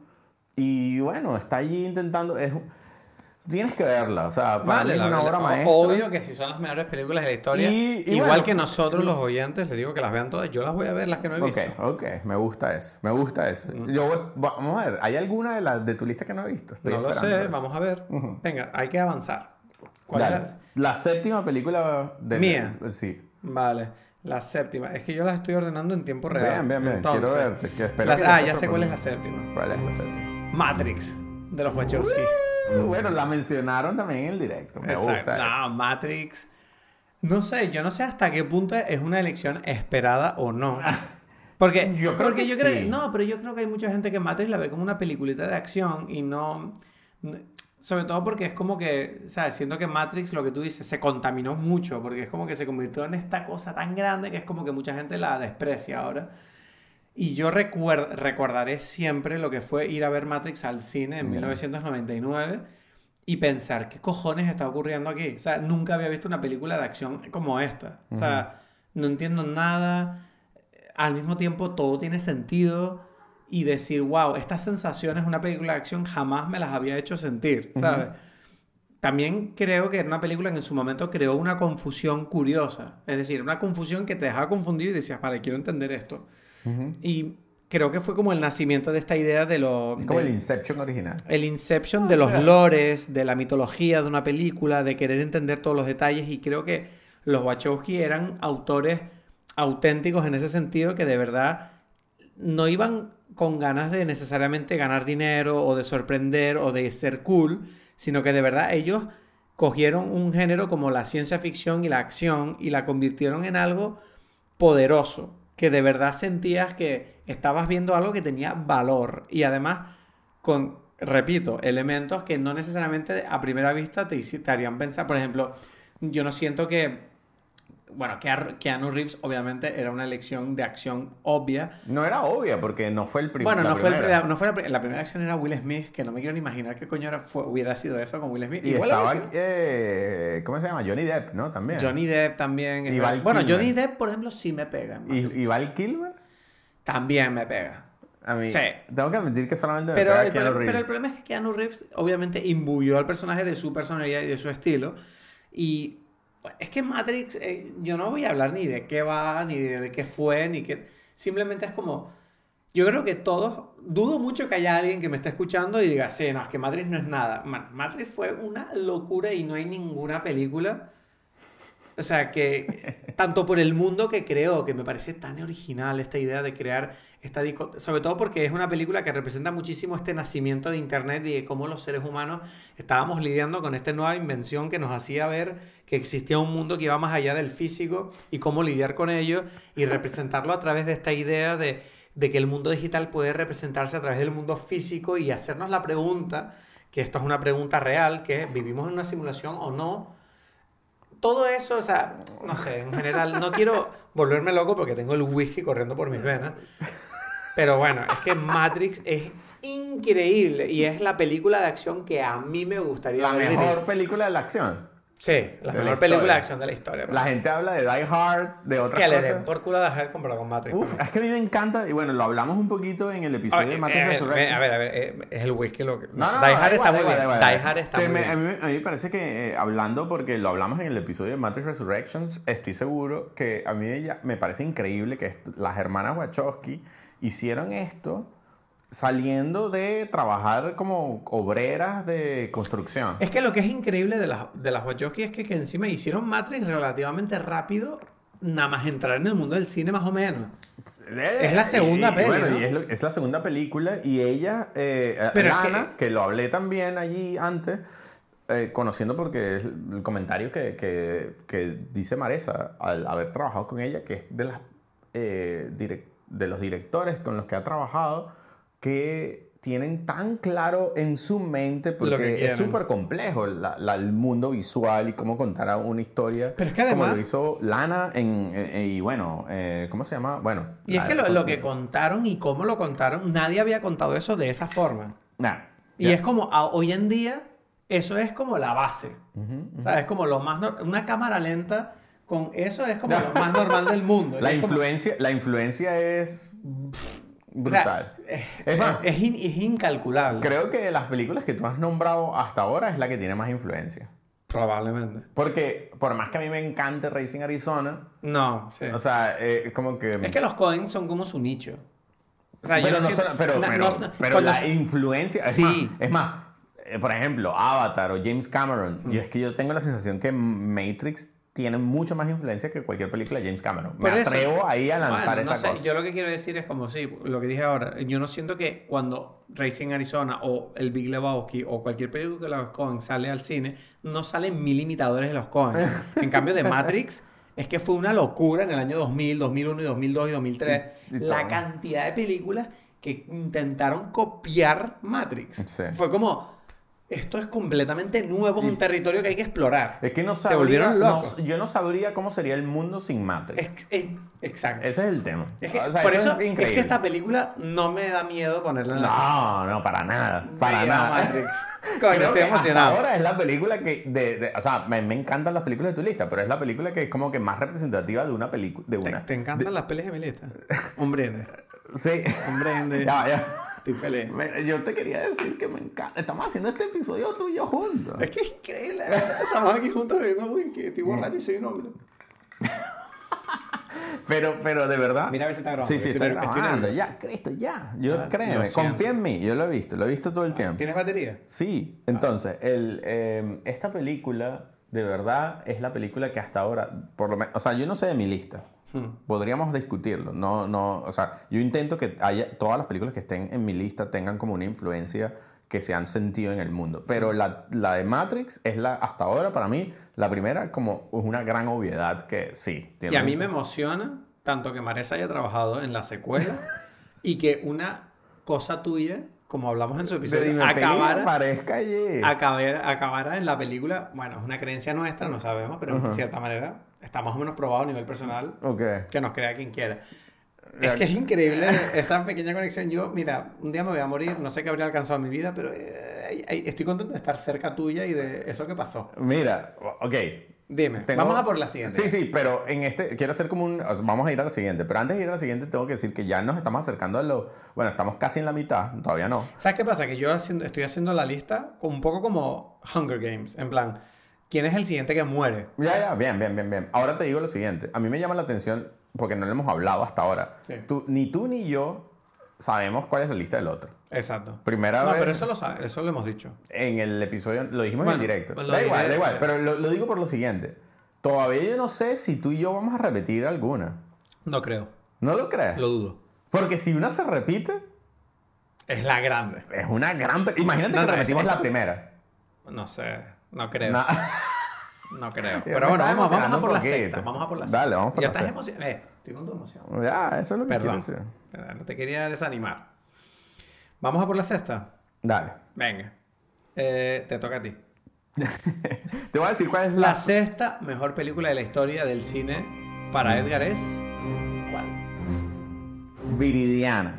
Y bueno, está allí intentando, es, tienes que verla, o sea, para Vale, mí es la una verdad, obra o- maestra. Obvio que si son las mejores películas de la historia. Y- y igual bueno, que nosotros los oyentes, les digo que las vean todas. Yo las voy a ver, las que no he Ok, visto. ok, me gusta eso, me gusta eso. Yo voy- vamos a ver, ¿hay alguna de las de tu lista que no he visto? Estoy No lo esperando sé, eso. vamos a ver. Venga, hay que avanzar. ¿Cuál Dale. es? La séptima película de Mía. Sí. Vale, la séptima. Es que yo las estoy ordenando en tiempo real. Bien, bien, bien. Entonces, Quiero verte. Que espero las- que ah, estés ya sé cuál es la proponiendo. séptima. ¿Cuál es la séptima? Matrix, de los Wachowski. Uh, Bueno, la mencionaron también en el directo. Me Exacto. gusta eso. No, Matrix. No sé, yo no sé hasta qué punto es una elección esperada o no. Porque Yo creo porque que yo sí. creo, no, pero yo creo que hay mucha gente que Matrix la ve como una peliculita de acción y no, no- sobre todo porque es como que, ¿sabes? Siento que Matrix, lo que tú dices, se contaminó mucho porque es como que se convirtió en esta cosa tan grande que es como que mucha gente la desprecia ahora. Y yo recuer- recordaré siempre lo que fue ir a ver Matrix al cine en Bien. mil novecientos noventa y nueve y pensar, ¿qué cojones está ocurriendo aquí? O sea, nunca había visto una película de acción como esta. O sea, no entiendo nada. Al mismo tiempo, todo tiene sentido. Y decir, wow, estas sensaciones, una película de acción jamás me las había hecho sentir, ¿sabes? También creo que era una película que en su momento creó una confusión curiosa. Es decir, una confusión que te dejaba confundido y decías, vale, quiero entender esto. Ujú. Y creo que fue como el nacimiento de esta idea de lo... Es como de- el Inception original. el Inception de los lores, de la mitología de una película, de querer entender todos los detalles. Y creo que los Wachowski eran autores auténticos en ese sentido, que de verdad no iban con ganas de necesariamente ganar dinero o de sorprender o de ser cool, sino que de verdad ellos cogieron un género como la ciencia ficción y la acción y la convirtieron en algo poderoso, que de verdad sentías que estabas viendo algo que tenía valor y además con, repito, elementos que no necesariamente a primera vista te, hici- te harían pensar. Por ejemplo, yo no siento que, bueno, Keanu Keanu Reeves obviamente era una elección de acción obvia. No era obvia porque no fue el primer. Bueno, no fue, el, pri- no fue la, pri- la primera acción era Will Smith, que no me quiero ni imaginar qué coño era, fue, hubiera sido eso con Will Smith. Y Igual estaba, habría sido- eh, ¿cómo se llama? Johnny Depp, ¿no? También. Johnny Depp también. es Y verdad. Val Bueno, Kilmer. Johnny Depp, por ejemplo, sí me pega. en ¿Y, Matrix. y Val Kilmer? También me pega. A mí, Sí. tengo que admitir que solamente me Pero pega el, Keanu problema, pero el Reeves. problema es que Keanu Reeves obviamente imbuyó al personaje de su personalidad y de su estilo. Y bueno, es que Matrix, eh, yo no voy a hablar ni de qué va, ni de, de qué fue, ni qué... Simplemente es como... Yo creo que todos, dudo mucho que haya alguien que me esté escuchando y diga, sí, no, es que Matrix no es nada. Man, Matrix fue una locura y no hay ninguna película. O sea, que tanto por el mundo que creó, que me parece tan original esta idea de crear esta disco, sobre todo porque es una película que representa muchísimo este nacimiento de Internet y de cómo los seres humanos estábamos lidiando con esta nueva invención que nos hacía ver que existía un mundo que iba más allá del físico y cómo lidiar con ello y representarlo a través de esta idea de, de que el mundo digital puede representarse a través del mundo físico y hacernos la pregunta, que esto es una pregunta real, que es, ¿vivimos en una simulación o no? Todo eso, o sea, no sé, en general, no quiero volverme loco porque tengo el whisky corriendo por mis venas. Pero bueno, es que Matrix es increíble y es la película de acción que a mí me gustaría La ver. mejor película de la acción. Sí, la de mejor la película de acción de la historia. La gente habla de Die Hard, de otras que cosas. le den por culo a Die Hard comparado con Matrix. Uf, es que a mí me encanta, y bueno, lo hablamos un poquito en el episodio Oye, de Matrix eh, Resurrection. A ver, a ver, eh, es el whisky lo que... No, no, Die no, Hard da está igual, muy da igual, bien. da igual. Die Hard está Que muy me- bien. A mí, a mí me parece que, eh, hablando, porque lo hablamos en el episodio de Matrix Resurrections, estoy seguro que a mí ella, me parece increíble que est- las hermanas Wachowski hicieron esto saliendo de trabajar como obreras de construcción. Es que lo que es increíble de las, de las Wachowski es que, que encima hicieron Matrix relativamente rápido, nada más entrar en el mundo del cine más o menos. Es la segunda y, peli, Bueno, ¿no? y es, lo- es la segunda película y ella, eh, Pero es Lana, que- que... lo hablé también allí antes, eh, conociendo porque es el comentario que, que, que dice Maresa al haber trabajado con ella, que es de, las, eh, direc- de los directores con los que ha trabajado, que tienen tan claro en su mente, Lo que porque es quieren. súper complejo la- la- el mundo visual y cómo contar una historia, Pero es que además- como lo hizo Lana en, en- y bueno, eh, ¿cómo se llama? Bueno, Y es la- que lo, lo que contaron y cómo lo contaron, nadie había contado eso de esa forma. Nah, Y ya. es como, a- hoy en día, eso es como la base. O sea, es como lo más... nor- Una cámara lenta con eso es como lo más normal del mundo. La Y es como- influencia, la influencia es pff, o sea, brutal. es, Es más, es in- es incalculable. creo que de las películas que tú has nombrado hasta ahora es la que tiene más influencia. Probablemente. Porque por más que a mí me encante Racing Arizona, No, sí. o sea, eh, es como que... Es que los Coen son como su nicho. O sea, yo pero no no siento- son- pero, na- pero, no- pero cuando la se- influencia... Es Sí. más, es más eh, por ejemplo, Avatar o James Cameron, y es que yo tengo la sensación que Matrix tiene mucho más influencia que cualquier película de James Cameron. Me Por eso. atrevo ahí a lanzar Bueno, no esa sé, cosa. yo lo que quiero decir es como sí, lo que dije ahora, yo no siento que cuando Racing Arizona o El Big Lebowski o cualquier película de los Coen sale al cine, no salen mil imitadores de los Coen. En cambio de Matrix es que fue una locura en el año dos mil, dos mil uno y dos mil dos y dos mil tres Y- y la todo. cantidad de películas que intentaron copiar Matrix. Sí. Fue como esto es completamente nuevo, es un territorio que hay que explorar. Es que no Se sabría, volvieron no- locos. yo no sabría cómo sería el mundo sin Matrix. Ex- ex- exacto. Ese es el tema. Es que, O sea, por eso, es es, increíble. que esta película no me da miedo ponerla en la No, no, para nada. Para Viva nada. Matrix. Coño, Creo estoy que emocionado. hasta ahora es la película que. De, de- o sea, me, me encantan las películas de tu lista, pero es la película que es como que más representativa de una película. De ¿Te, una. te encantan las pelis de mi lista? Hombre, de- sí. hombre, Ya, ya. estoy feliz. Me- Yo te quería decir que me encanta. Estamos haciendo este episodio tú y yo juntos. Es que es increíble. Estamos aquí juntos viendo whisky. Estoy borracho y soy un hombre. Pero, pero de verdad. Mira a ver si está grabando, Sí, sí, estoy está nervioso, estoy grabando. nervioso. Ya, Cristo, ya. Yo, Ah, créeme, lo siento. confía en mí. Yo lo he visto, lo he visto todo el tiempo. ¿Tienes batería? Sí, entonces, el, eh, esta película, de verdad, es la película que hasta ahora, por lo menos, o sea, yo no sé de mi lista. Hmm. Podríamos discutirlo. No, no, o sea, yo intento que haya, todas las películas que estén en mi lista tengan como una influencia que se han sentido en el mundo. Pero la, la de Matrix es la, hasta ahora, para mí, la primera como una gran obviedad que sí. Y a mí me emociona tanto que Maresa haya trabajado en la secuela y que una cosa tuya, como hablamos en su de episodio, Dime acabara, parezca allí. acabara, acabara en la película. Bueno, es una creencia nuestra, no sabemos, pero en cierta manera está más o menos probado a nivel personal Ok. que nos crea quien quiera. Es que es increíble esa pequeña conexión. Yo, mira, un día me voy a morir, no sé qué habría alcanzado en mi vida, pero eh, eh, estoy contento de estar cerca tuya y de eso que pasó. Mira, ok. Dime, Tengo- vamos a por la siguiente. Sí, sí, pero en este quiero hacer como un... o sea, vamos a ir a la siguiente, pero antes de ir a la siguiente tengo que decir que ya nos estamos acercando a lo... Bueno, estamos casi en la mitad, todavía no. ¿Sabes qué pasa? Que yo haciendo, estoy haciendo la lista con un poco como Hunger Games, en plan, ¿quién es el siguiente que muere? Ya, ya, bien, bien, bien, bien. Ahora te digo lo siguiente. A mí me llama la atención, porque no lo hemos hablado hasta ahora. Sí. Tú, ni tú ni yo sabemos cuál es la lista del otro. Exacto. Primera no, vez... pero eso lo sabe, eso lo hemos dicho. En el episodio, lo dijimos bueno, en directo. Pues da igual, diré, da igual, sí. pero lo, lo digo por lo siguiente. Todavía yo no sé si tú y yo vamos a repetir alguna. No creo. ¿No lo crees? Lo dudo. Porque si una se repite, Es la grande. es una gran... pe- Imagínate No, que no, repetimos esa- la primera. No sé, no creo. Na- No creo. me Pero bueno, estás vamos, vamos emocionando a por un la poquito. sexta. Vamos a por la sexta. Dale, vamos por ya la estás sexta. emocionado. Eh, estoy con tu emoción. Ya, eso es lo que Perdón. quiero decir. Perdón, no te quería desanimar. Vamos a por la sexta. Dale. Venga. Eh, te toca a ti. Te voy a decir cuál es La la... sexta mejor película de la historia del cine para Edgar es... ¿Cuál? Viridiana.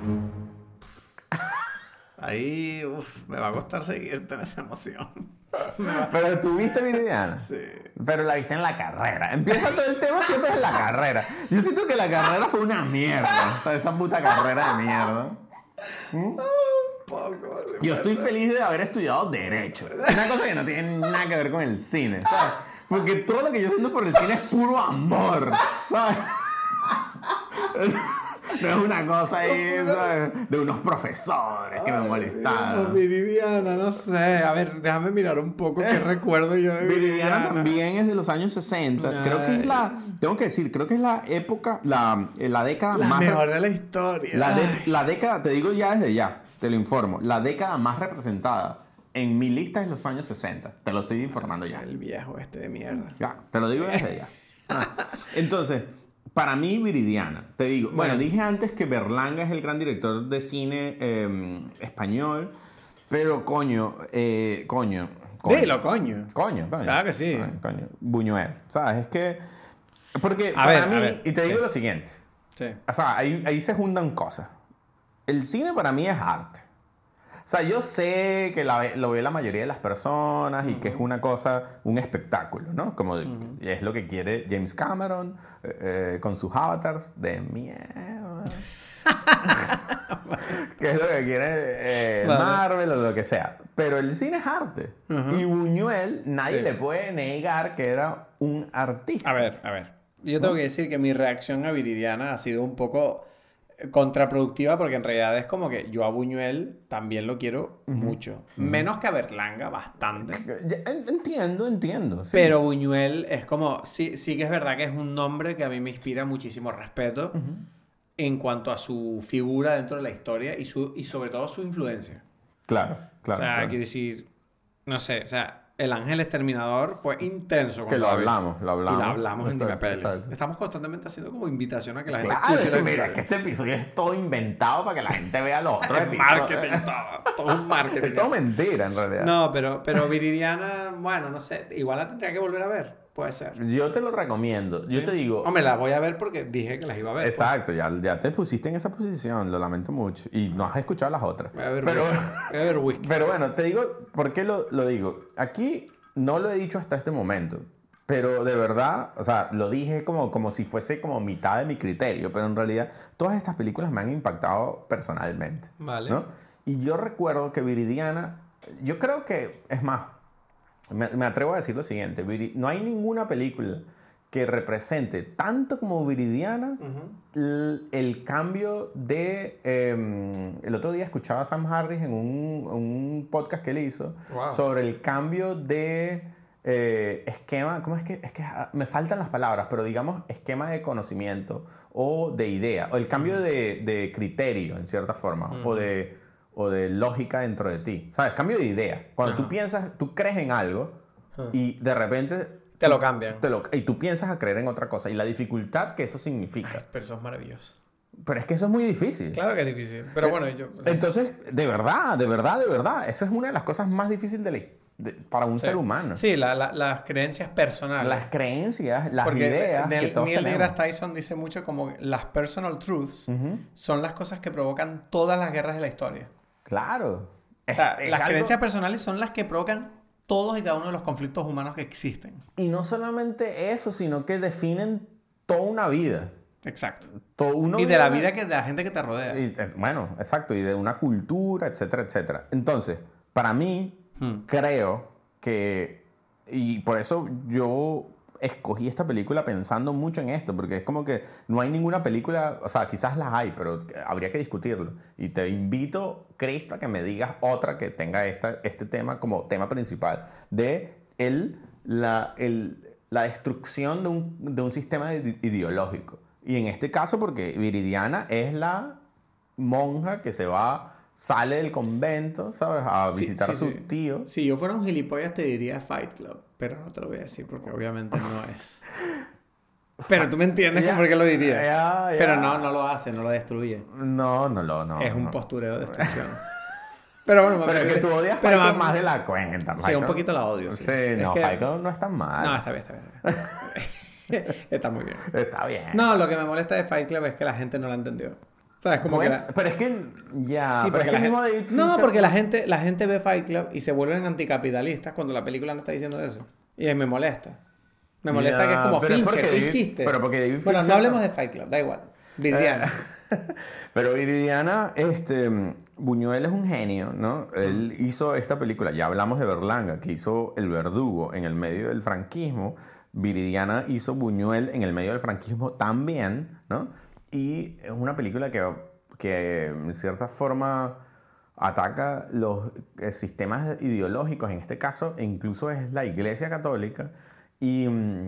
Ahí, uff, me va a costar seguirte en esa emoción. Pero tú viste Viridiana. Sí. Pero la viste en la carrera. Empieza todo el tema siempre en la carrera. Yo siento que la carrera fue una mierda. O sea, esa puta carrera de mierda. ¿Mm? Poco, sí, Yo estoy verdad. feliz de haber estudiado Derecho. Es una cosa que no tiene nada que ver con el cine, ¿sabes? Porque todo lo que yo siento por el cine es puro amor, ¿sabes? No es una cosa ahí, ¿sabes? De unos profesores que me molestaron. Viridiana, no sé. A ver, déjame mirar un poco qué recuerdo yo de Viridiana Viridiana. también es de los años sesenta. Creo que es la... Tengo que decir, creo que es la época, la, la década La más... mejor de la historia. La, de- Ay. la década, te digo ya desde ya, te lo informo, la década más representada en mi lista es los años sesenta. Te lo estoy informando ya. El viejo este de mierda. Ya, te lo digo desde ya. Ah, entonces, para mí, Viridiana, te digo, bueno, Bueno. dije antes que Berlanga es el gran director de cine eh, español, pero coño, eh, coño, coño. Dilo, coño. Coño, coño. Claro que sí. Coño, coño. Buñuel, ¿sabes? Es que, porque A para ver, a mí, ver, y te digo sí. lo siguiente, Sí. o sea, ahí, ahí se juntan cosas. El cine para mí es arte. O sea, yo sé que la ve- lo ve la mayoría de las personas y que es una cosa, un espectáculo, ¿no? Como de- es lo que quiere James Cameron eh, eh, con sus avatars de mierda. Que es lo que quiere eh, Vale. Marvel o lo que sea. Pero el cine es arte. Y Buñuel, nadie Sí. le puede negar que era un artista. A ver, a ver. Yo tengo que decir que mi reacción a Viridiana ha sido un poco contraproductiva porque en realidad es como que yo a Buñuel también lo quiero mucho. Menos que a Berlanga, bastante. Ya, en- Entiendo, entiendo. sí. Pero Buñuel es como... Sí, sí que es verdad que es un nombre que a mí me inspira muchísimo respeto en cuanto a su figura dentro de la historia y, su, y sobre todo su influencia. Claro, claro. o sea, claro. quiero decir... No sé, o sea... El Ángel Exterminador fue intenso. Que cuando lo la vi. hablamos, lo hablamos. Y lo hablamos en Exacto, Dime Peli. exacto. Estamos constantemente haciendo como invitación a que la gente Claro, es escuche que el mira, episodio. que este episodio es todo inventado para que la gente vea los otros Es episodios. marketing todo. Todo un marketing. Es todo mentira, en realidad. No, pero, pero Viridiana, bueno, no sé. Igual la tendría que volver a ver. Puede ser. Yo te lo recomiendo. Yo ¿Sí? te digo... Hombre, la voy a ver porque dije que las iba a ver. pues. Exacto, ya, ya te pusiste en esa posición, lo lamento mucho. Y no has escuchado las otras. Voy a ver Pero, whisky. Voy a ver whisky. pero bueno, te digo, ¿por qué lo, lo digo? Aquí no lo he dicho hasta este momento, pero de verdad, o sea, lo dije como, como si fuese como mitad de mi criterio, pero en realidad todas estas películas me han impactado personalmente. Vale. ¿No? Y yo recuerdo que Viridiana, yo creo que, es más, me, me atrevo a decir lo siguiente, Viri- no hay ninguna película que represente tanto como Viridiana Ujú. l- el cambio de... eh, el otro día escuchaba a Sam Harris en un, un podcast que él hizo Wow. sobre el cambio de eh, esquema, ¿cómo es que? Es que ah, me faltan las palabras, pero digamos esquema de conocimiento o de idea, o el cambio de, de criterio en cierta forma, o, de, o de lógica dentro de ti, ¿sabes? Cambio de idea. Cuando Ajá. tú piensas, tú crees en algo y de repente... Te lo cambian. Te lo- y tú piensas a creer en otra cosa y la dificultad que eso significa. Ay, pero eso es maravilloso. Pero es que eso es muy difícil. Claro que es difícil. Pero bueno, yo... Entonces, de verdad, de verdad, de verdad, eso es una de las cosas más difíciles de la his- de- para un ser humano. Sí, la- la- las creencias personales. Las creencias, las Porque ideas Neil, que todos Neil tenemos. deGrasse Tyson dice mucho como que las personal truths Ujú. son las cosas que provocan todas las guerras de la historia. Claro. O sea, Es- es las algo- creencias personales son las que provocan todos y cada uno de los conflictos humanos que existen. Y no solamente eso, sino que definen toda una vida. Exacto. Todo uno Y de la vive- vida que de la gente que te rodea. Y es- bueno, exacto, y de una cultura, etcétera, etcétera. Entonces, para mí, Hmm. creo que, y por eso yo escogí esta película pensando mucho en esto, porque es como que no hay ninguna película, o sea, quizás las hay, pero habría que discutirlo. Y te invito, Cristo, a que me digas otra que tenga esta, este tema como tema principal, de el, la, el, la destrucción de un, de un sistema ideológico. Y en este caso, porque Viridiana es la monja que se va... sale del convento, ¿sabes? A visitar sí, sí, a su sí. tío. Si yo fuera un gilipollas te diría Fight Club, pero no te lo voy a decir porque obviamente no es. Pero tú me entiendes yeah, por qué lo diría. Yeah, yeah. Pero no, no lo hace, no lo destruye. No, no lo, no. Es un no. postureo de destrucción. Pero bueno, pero es que tú odias Fight Club más de la cuenta. Sí, un poquito la odio. Sí, sí no, que... Fight Club no es tan mal. No, está bien, está bien. Está muy bien. Está bien. No, lo que me molesta de Fight Club es que la gente no la entendió. ¿Sabes? Como pues, que la... Pero es que ya. Sí, pero es que la mismo gente... David No, Fincher... porque la gente, la gente ve Fight Club y se vuelven anticapitalistas cuando la película no está diciendo eso. Y me molesta. Me molesta yeah, que es como Fincher, ¿qué hiciste? Pero porque David bueno, Fincher... no hablemos de Fight Club, da igual. Viridiana. Pero Viridiana, este, Buñuel es un genio, ¿no? Mm. Él hizo esta película, ya hablamos de Berlanga, que hizo El Verdugo en el medio del franquismo. Viridiana hizo Buñuel en el medio del franquismo también, ¿no? Y es una película que, que en cierta forma ataca los sistemas ideológicos, en este caso incluso es la Iglesia Católica, y,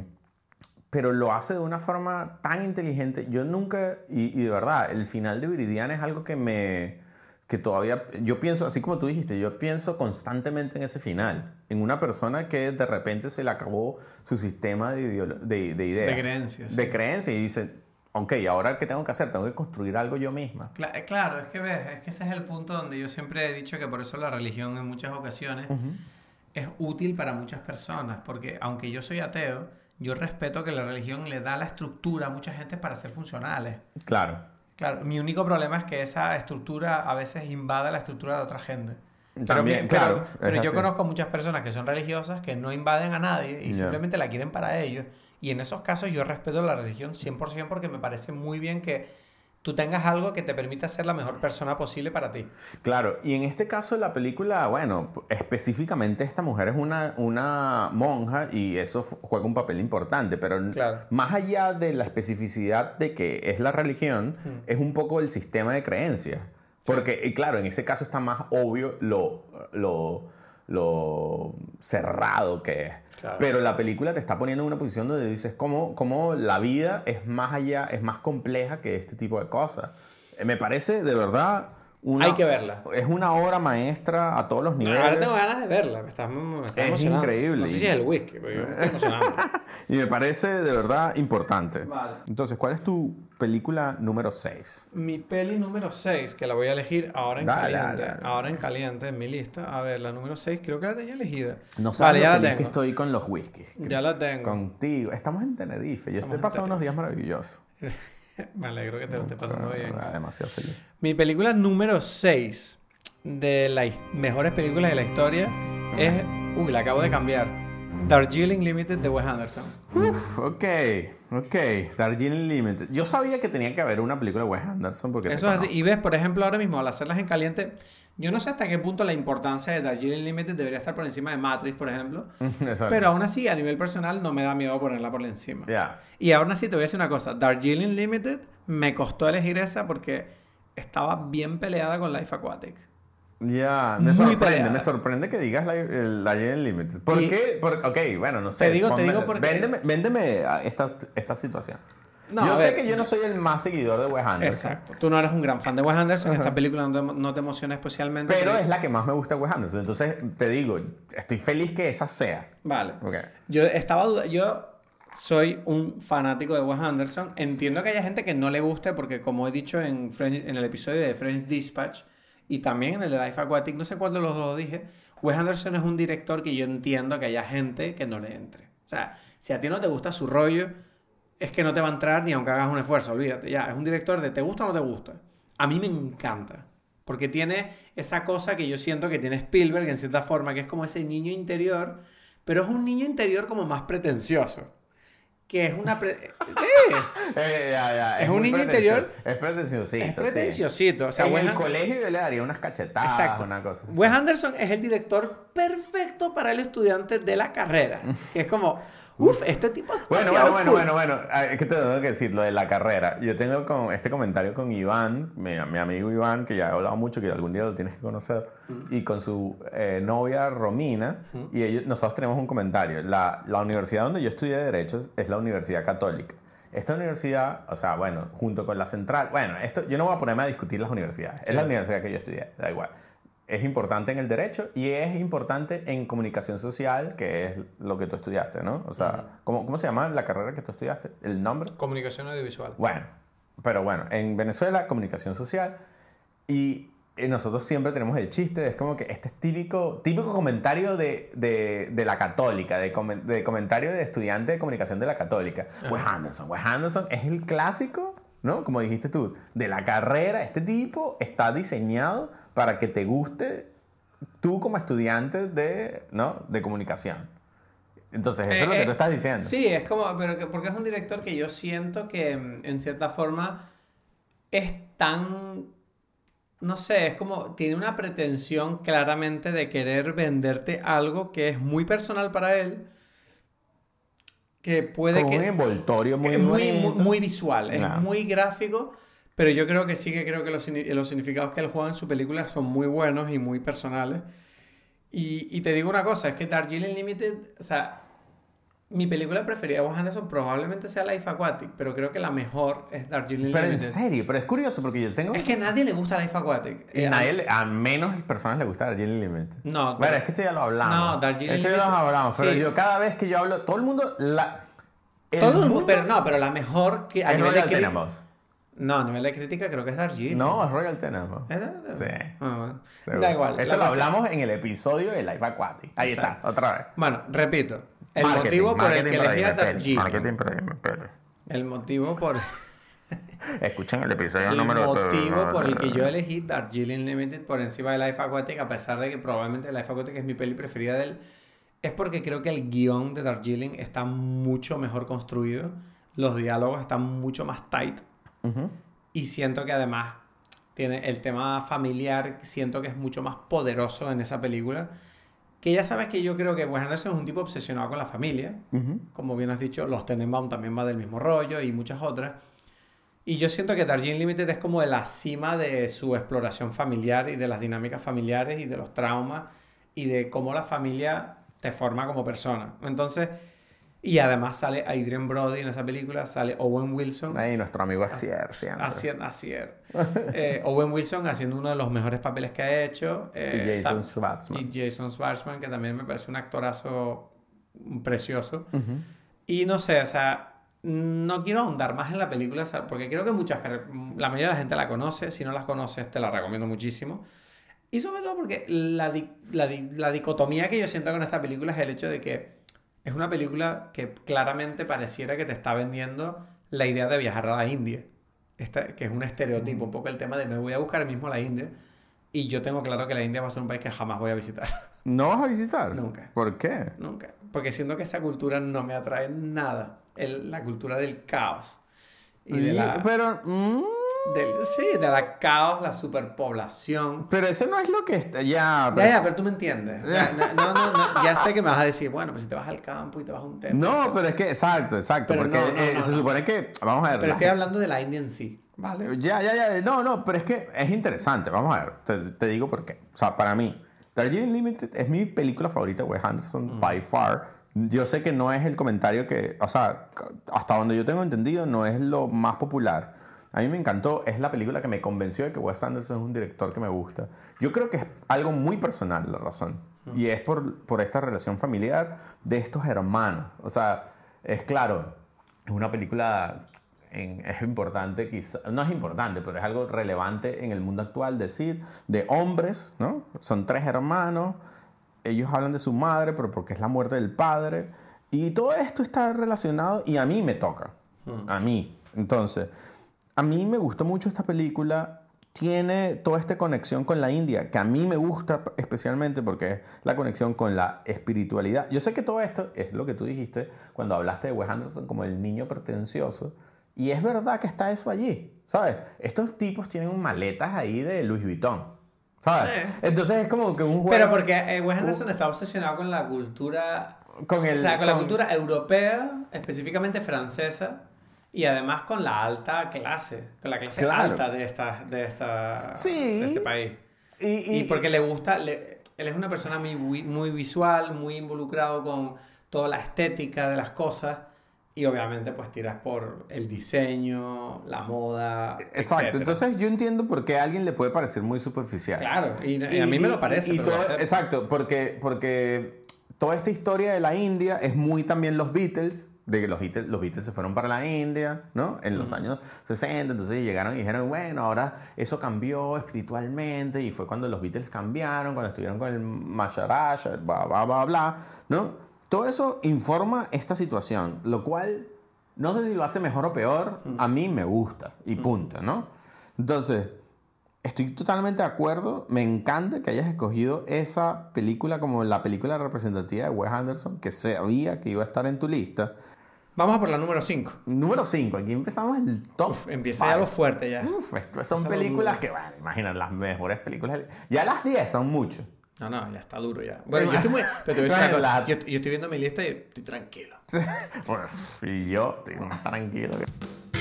pero lo hace de una forma tan inteligente. Yo nunca, y, y de verdad, el final de Viridiana es algo que me... que todavía, yo pienso, así como tú dijiste, yo pienso constantemente en ese final, en una persona que de repente se le acabó su sistema de, ideolo- de, de ideas. De creencias. De sí. creencias y dice, ok, ¿ahora qué tengo que hacer? Tengo que construir algo yo misma. Claro, claro, es que ves, es que ese es el punto donde yo siempre he dicho que por eso la religión en muchas ocasiones uh-huh. es útil para muchas personas, porque aunque yo soy ateo, yo respeto que la religión le da la estructura a mucha gente para ser funcionales. Claro. Claro, mi único problema es que esa estructura a veces invada la estructura de otra gente. También, pero, claro. Pero, pero yo conozco muchas personas que son religiosas que no invaden a nadie y yeah. simplemente la quieren para ellos. Y en esos casos yo respeto la religión cien por ciento porque me parece muy bien que tú tengas algo que te permita ser la mejor persona posible para ti. Claro, y en este caso la película, bueno, específicamente esta mujer es una, una monja y eso juega un papel importante, pero claro. más allá de la especificidad de que es la religión, hmm. es un poco el sistema de creencias. Porque, y claro, en ese caso está más obvio lo, lo, lo cerrado que es. Claro. Pero la película te está poniendo en una posición donde dices cómo, cómo la vida es más allá, es más compleja que este tipo de cosas. Me parece, de verdad... Una, hay que verla. Es una obra maestra a todos los niveles. Ahora tengo ganas de verla. Me estás, me estás es emocionando. Increíble. No sé si es el whisky, pero yo me estoy emocionando. Y me parece de verdad importante. Vale. Entonces, ¿cuál es tu película número seis? Mi peli número seis, que la voy a elegir ahora en dale, caliente. Dale, dale. Ahora en caliente, en mi lista. A ver, la número seis, creo que la tenía elegida. No sabes vale, ya lo feliz que estoy con los whiskies. Ya la tengo. Contigo. Estamos en Tenerife. Yo estoy pasando unos días maravillosos. Me alegro que te lo estés pasando no, bien. Demasiado feliz. Mi película número seis de las mejores películas de la historia es... Uy, la acabo de cambiar. Darjeeling Limited de Wes Anderson. Uf, ok, ok. Darjeeling Limited. Yo sabía que tenía que haber una película de Wes Anderson porque... Eso es así. Y ves, por ejemplo, ahora mismo al hacerlas en caliente... Yo no sé hasta qué punto la importancia de Darjeeling Limited debería estar por encima de Matrix, por ejemplo. Pero aún así, a nivel personal, no me da miedo ponerla por encima. Yeah. Y aún así, te voy a decir una cosa. Darjeeling Limited me costó elegir esa porque estaba bien peleada con Life Aquatic. Ya, yeah. me Muy sorprende. Peleada. Me sorprende que digas la, la Darjeeling Limited. ¿Por y, qué? Por, ok, bueno, no sé. Te digo, ponme, te digo porque... Véndeme, véndeme esta, esta situación. No, yo a sé ver, que yo no soy el más seguidor de Wes Anderson. Exacto. Tú no eres un gran fan de Wes Anderson. Uh-huh. Esta película no te, no te emociona especialmente. Pero es la que más me gusta de Wes Anderson. Entonces, te digo, estoy feliz que esa sea. Vale. Okay. Yo estaba duda... Yo soy un fanático de Wes Anderson. Entiendo que haya gente que no le guste porque, como he dicho en, French, en el episodio de French Dispatch y también en el de Life Aquatic, no sé cuál de los dos dije, Wes Anderson es un director que yo entiendo que haya gente que no le entre. O sea, si a ti no te gusta su rollo... es que no te va a entrar ni aunque hagas un esfuerzo, olvídate, ya, es un director de te gusta o no te gusta. A mí me encanta, porque tiene esa cosa que yo siento que tiene Spielberg en cierta forma, que es como ese niño interior, pero es un niño interior como más pretencioso, que es una... Pre... sí. eh, ya, ya. Es, es un niño interior... Es pretenciosito, Es pretenciosito. Sí. O sea, en Wes el And... colegio yo le daría unas cachetadas, exacto. Una cosa Wes Anderson es el director perfecto para el estudiante de la carrera, que es como... Uf, este tipo es Bueno, demasiado bueno, bueno, cool. bueno, bueno. Ah, es que te tengo que decir lo de la carrera. Yo tengo con este comentario con Iván, mi, mi amigo Iván, que ya he hablado mucho, que algún día lo tienes que conocer, y con su eh, novia Romina, y ellos, nosotros tenemos un comentario. La, la universidad donde yo estudié Derechos es la Universidad Católica. Esta universidad, o sea, bueno, junto con la Central, bueno, esto yo no voy a ponerme a discutir las universidades. Es la universidad que yo estudié, da igual. Es importante en el derecho y es importante en comunicación social, que es lo que tú estudiaste, ¿no? O sea, uh-huh. ¿cómo, ¿cómo se llama la carrera que tú estudiaste? ¿El nombre? Comunicación audiovisual. Bueno, pero bueno, en Venezuela, comunicación social. Y nosotros siempre tenemos el chiste, es como que este es típico, típico comentario de, de, de la católica, de, com de comentario de estudiante de comunicación de la católica. Uh-huh. Wes Anderson, Wes Anderson es el clásico, ¿no? Como dijiste tú, de la carrera. Este tipo está diseñado para que te guste tú como estudiante de, ¿no? de comunicación. Entonces, eso eh, es lo que eh, tú estás diciendo. Sí, es como, pero que, porque es un director que yo siento que en cierta forma es tan, no sé, es como, tiene una pretensión claramente de querer venderte algo que es muy personal para él, que puede como que... un envoltorio muy, es muy, muy, muy visual, es no. muy gráfico. Pero yo creo que sí que creo que los, los significados que él juega en su película son muy buenos y muy personales. Y, y te digo una cosa, es que Darjeeling Limited, o sea, mi película preferida de Wes Anderson probablemente sea Life Aquatic, pero creo que la mejor es Darjeeling pero Limited. Pero en serio, pero es curioso porque yo tengo... Es que a nadie le gusta Life Aquatic. Y eh, nadie le, a menos personas le gusta Darjeeling Limited. No. Bueno, pero, es que esto ya lo hablamos. No, Darjeeling Limited. Esto ya lo hablamos, pero sí. yo cada vez que yo hablo, todo el mundo... La, el todo el mundo, pero no, pero la mejor que a nivel de crítica... No, a nivel de crítica creo que es Darjeeling. No, es Royal Tenenbaums. ¿Es Royal Sí. Ah, bueno. Da igual. Esto lo hablamos en el episodio de Life Aquatic. Ahí Exacto. está, otra vez. Bueno, repito. El marketing, motivo por el que elegí a Darjeeling. Marketing para Dime Pele. El motivo por... Escuchen el episodio el número... El motivo por el que yo elegí Darjeeling Limited por encima de Life Aquatic, a pesar de que probablemente Life Aquatic es mi peli preferida de él, es porque creo que el guión de Darjeeling está mucho mejor construido. Los diálogos están mucho más tight. Uh-huh. Y siento que además tiene el tema familiar, siento que es mucho más poderoso en esa película. Que ya sabes que yo creo que Wes Anderson es un tipo obsesionado con la familia. Uh-huh. Como bien has dicho, Los Tenenbaum también va del mismo rollo y muchas otras. Y yo siento que Darjeeling Limited es como de la cima de su exploración familiar y de las dinámicas familiares y de los traumas y de cómo la familia te forma como persona. Entonces... Y además sale Adrien Brody en esa película, sale Owen Wilson. Ahí nuestro amigo Asier, siempre. Asier, Asier. eh, Owen Wilson haciendo uno de los mejores papeles que ha hecho. Eh, y Jason Schwartzman. Y Jason Schwartzman, que también me parece un actorazo precioso. Uh-huh. Y no sé, o sea, no quiero ahondar más en la película, porque creo que muchas, la mayoría de la gente la conoce. Si no las conoces, te la recomiendo muchísimo. Y sobre todo porque la, la, la dicotomía que yo siento con esta película es el hecho de que es una película que claramente pareciera que te está vendiendo la idea de viajar a la India. Esta, que es un estereotipo, mm. un poco el tema de me voy a buscar mismo a la India y yo tengo claro que la India va a ser un país que jamás voy a visitar. ¿No vas a visitar? Nunca. ¿Por qué? Nunca. Porque siento que esa cultura no me atrae nada. El, la cultura del caos. Y de la, pero... Mm. Del, sí, de la caos, la superpoblación. Pero eso no es lo que está... Ya, pero... ya, ya, pero tú me entiendes. Ya, no, no, no, ya sé que me vas a decir, bueno, pues si te vas al campo y te vas a un templo. No, pero, pero es que, exacto, exacto. Pero porque no, no, no, eh, no, se no. supone que... Vamos a ver. Pero estoy hablando de la India en sí, ¿vale? Ya, ya, ya. No, no, pero es que es interesante. Vamos a ver. Te, te digo por qué. O sea, para mí, Darjeeling Limited es mi película favorita de Wes Anderson, mm. by far. Yo sé que no es el comentario que... O sea, hasta donde yo tengo entendido, no es lo más popular. A mí me encantó, es la película que me convenció de que Wes Anderson es un director que me gusta. Yo creo que es algo muy personal la razón. Uh-huh. Y es por, por esta relación familiar de estos hermanos. O sea, es claro, es una película, en, es importante, quizá, no es importante, pero es algo relevante en el mundo actual decir, de hombres, ¿no? Son tres hermanos, ellos hablan de su madre, pero porque es la muerte del padre. Y todo esto está relacionado y a mí me toca. Uh-huh. A mí. Entonces... A mí me gustó mucho esta película, tiene toda esta conexión con la India, que a mí me gusta especialmente porque es la conexión con la espiritualidad. Yo sé que todo esto es lo que tú dijiste cuando hablaste de Wes Anderson como el niño pretencioso, y es verdad que está eso allí, ¿sabes? Estos tipos tienen maletas ahí de Louis Vuitton, ¿sabes? Sí. Entonces es como que un juego... Pero porque eh, Wes Anderson uh, está obsesionado con la cultura con el... O sea, con, con la cultura europea, específicamente francesa, y además con la alta clase, con la clase Claro. alta de, esta, de, esta, Sí. de este país. Y, y- Y porque le gusta, le- él es una persona muy, muy visual, muy involucrado con toda la estética de las cosas, y obviamente pues tiras por el diseño, la moda, Exacto, etcétera. entonces yo entiendo por qué a alguien le puede parecer muy superficial. Claro, y, y a mí me lo parece, y pero lo todo- acepto. exacto, porque, porque toda esta historia de la India es muy también los Beatles, de que los Beatles, los Beatles se fueron para la India, ¿no? En los años sesenta, entonces llegaron y dijeron, bueno, ahora eso cambió espiritualmente, y fue cuando los Beatles cambiaron, cuando estuvieron con el Maharaj, bla, bla, bla, bla, ¿no? Todo eso informa esta situación, lo cual no sé si lo hace mejor o peor, a mí me gusta, y punto, ¿no? Entonces, estoy totalmente de acuerdo, me encanta que hayas escogido esa película como la película representativa de Wes Anderson, que sabía que iba a estar en tu lista. Vamos a por la número cinco. Número cinco, aquí empezamos el top. Uf, empieza five. ya lo fuerte ya. Uf, esto son Empieza lo películas duro. que, bueno, imagina, las mejores películas. Ya las diez son mucho. No, no, ya está duro ya. Bueno, yo estoy muy... Pero te voy a decir una Bueno, cosa. la- Yo, yo estoy viendo mi lista y estoy tranquilo. Pues, y yo estoy más tranquilo. que-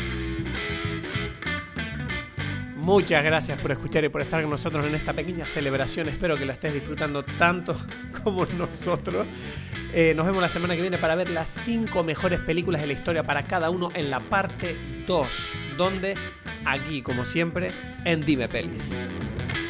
Muchas gracias por escuchar y por estar con nosotros en esta pequeña celebración. Espero que la estés disfrutando tanto como nosotros. Eh, nos vemos la semana que viene para ver las cinco mejores películas de la historia para cada uno en la parte dos. Donde, aquí, como siempre, en Dime Pelis.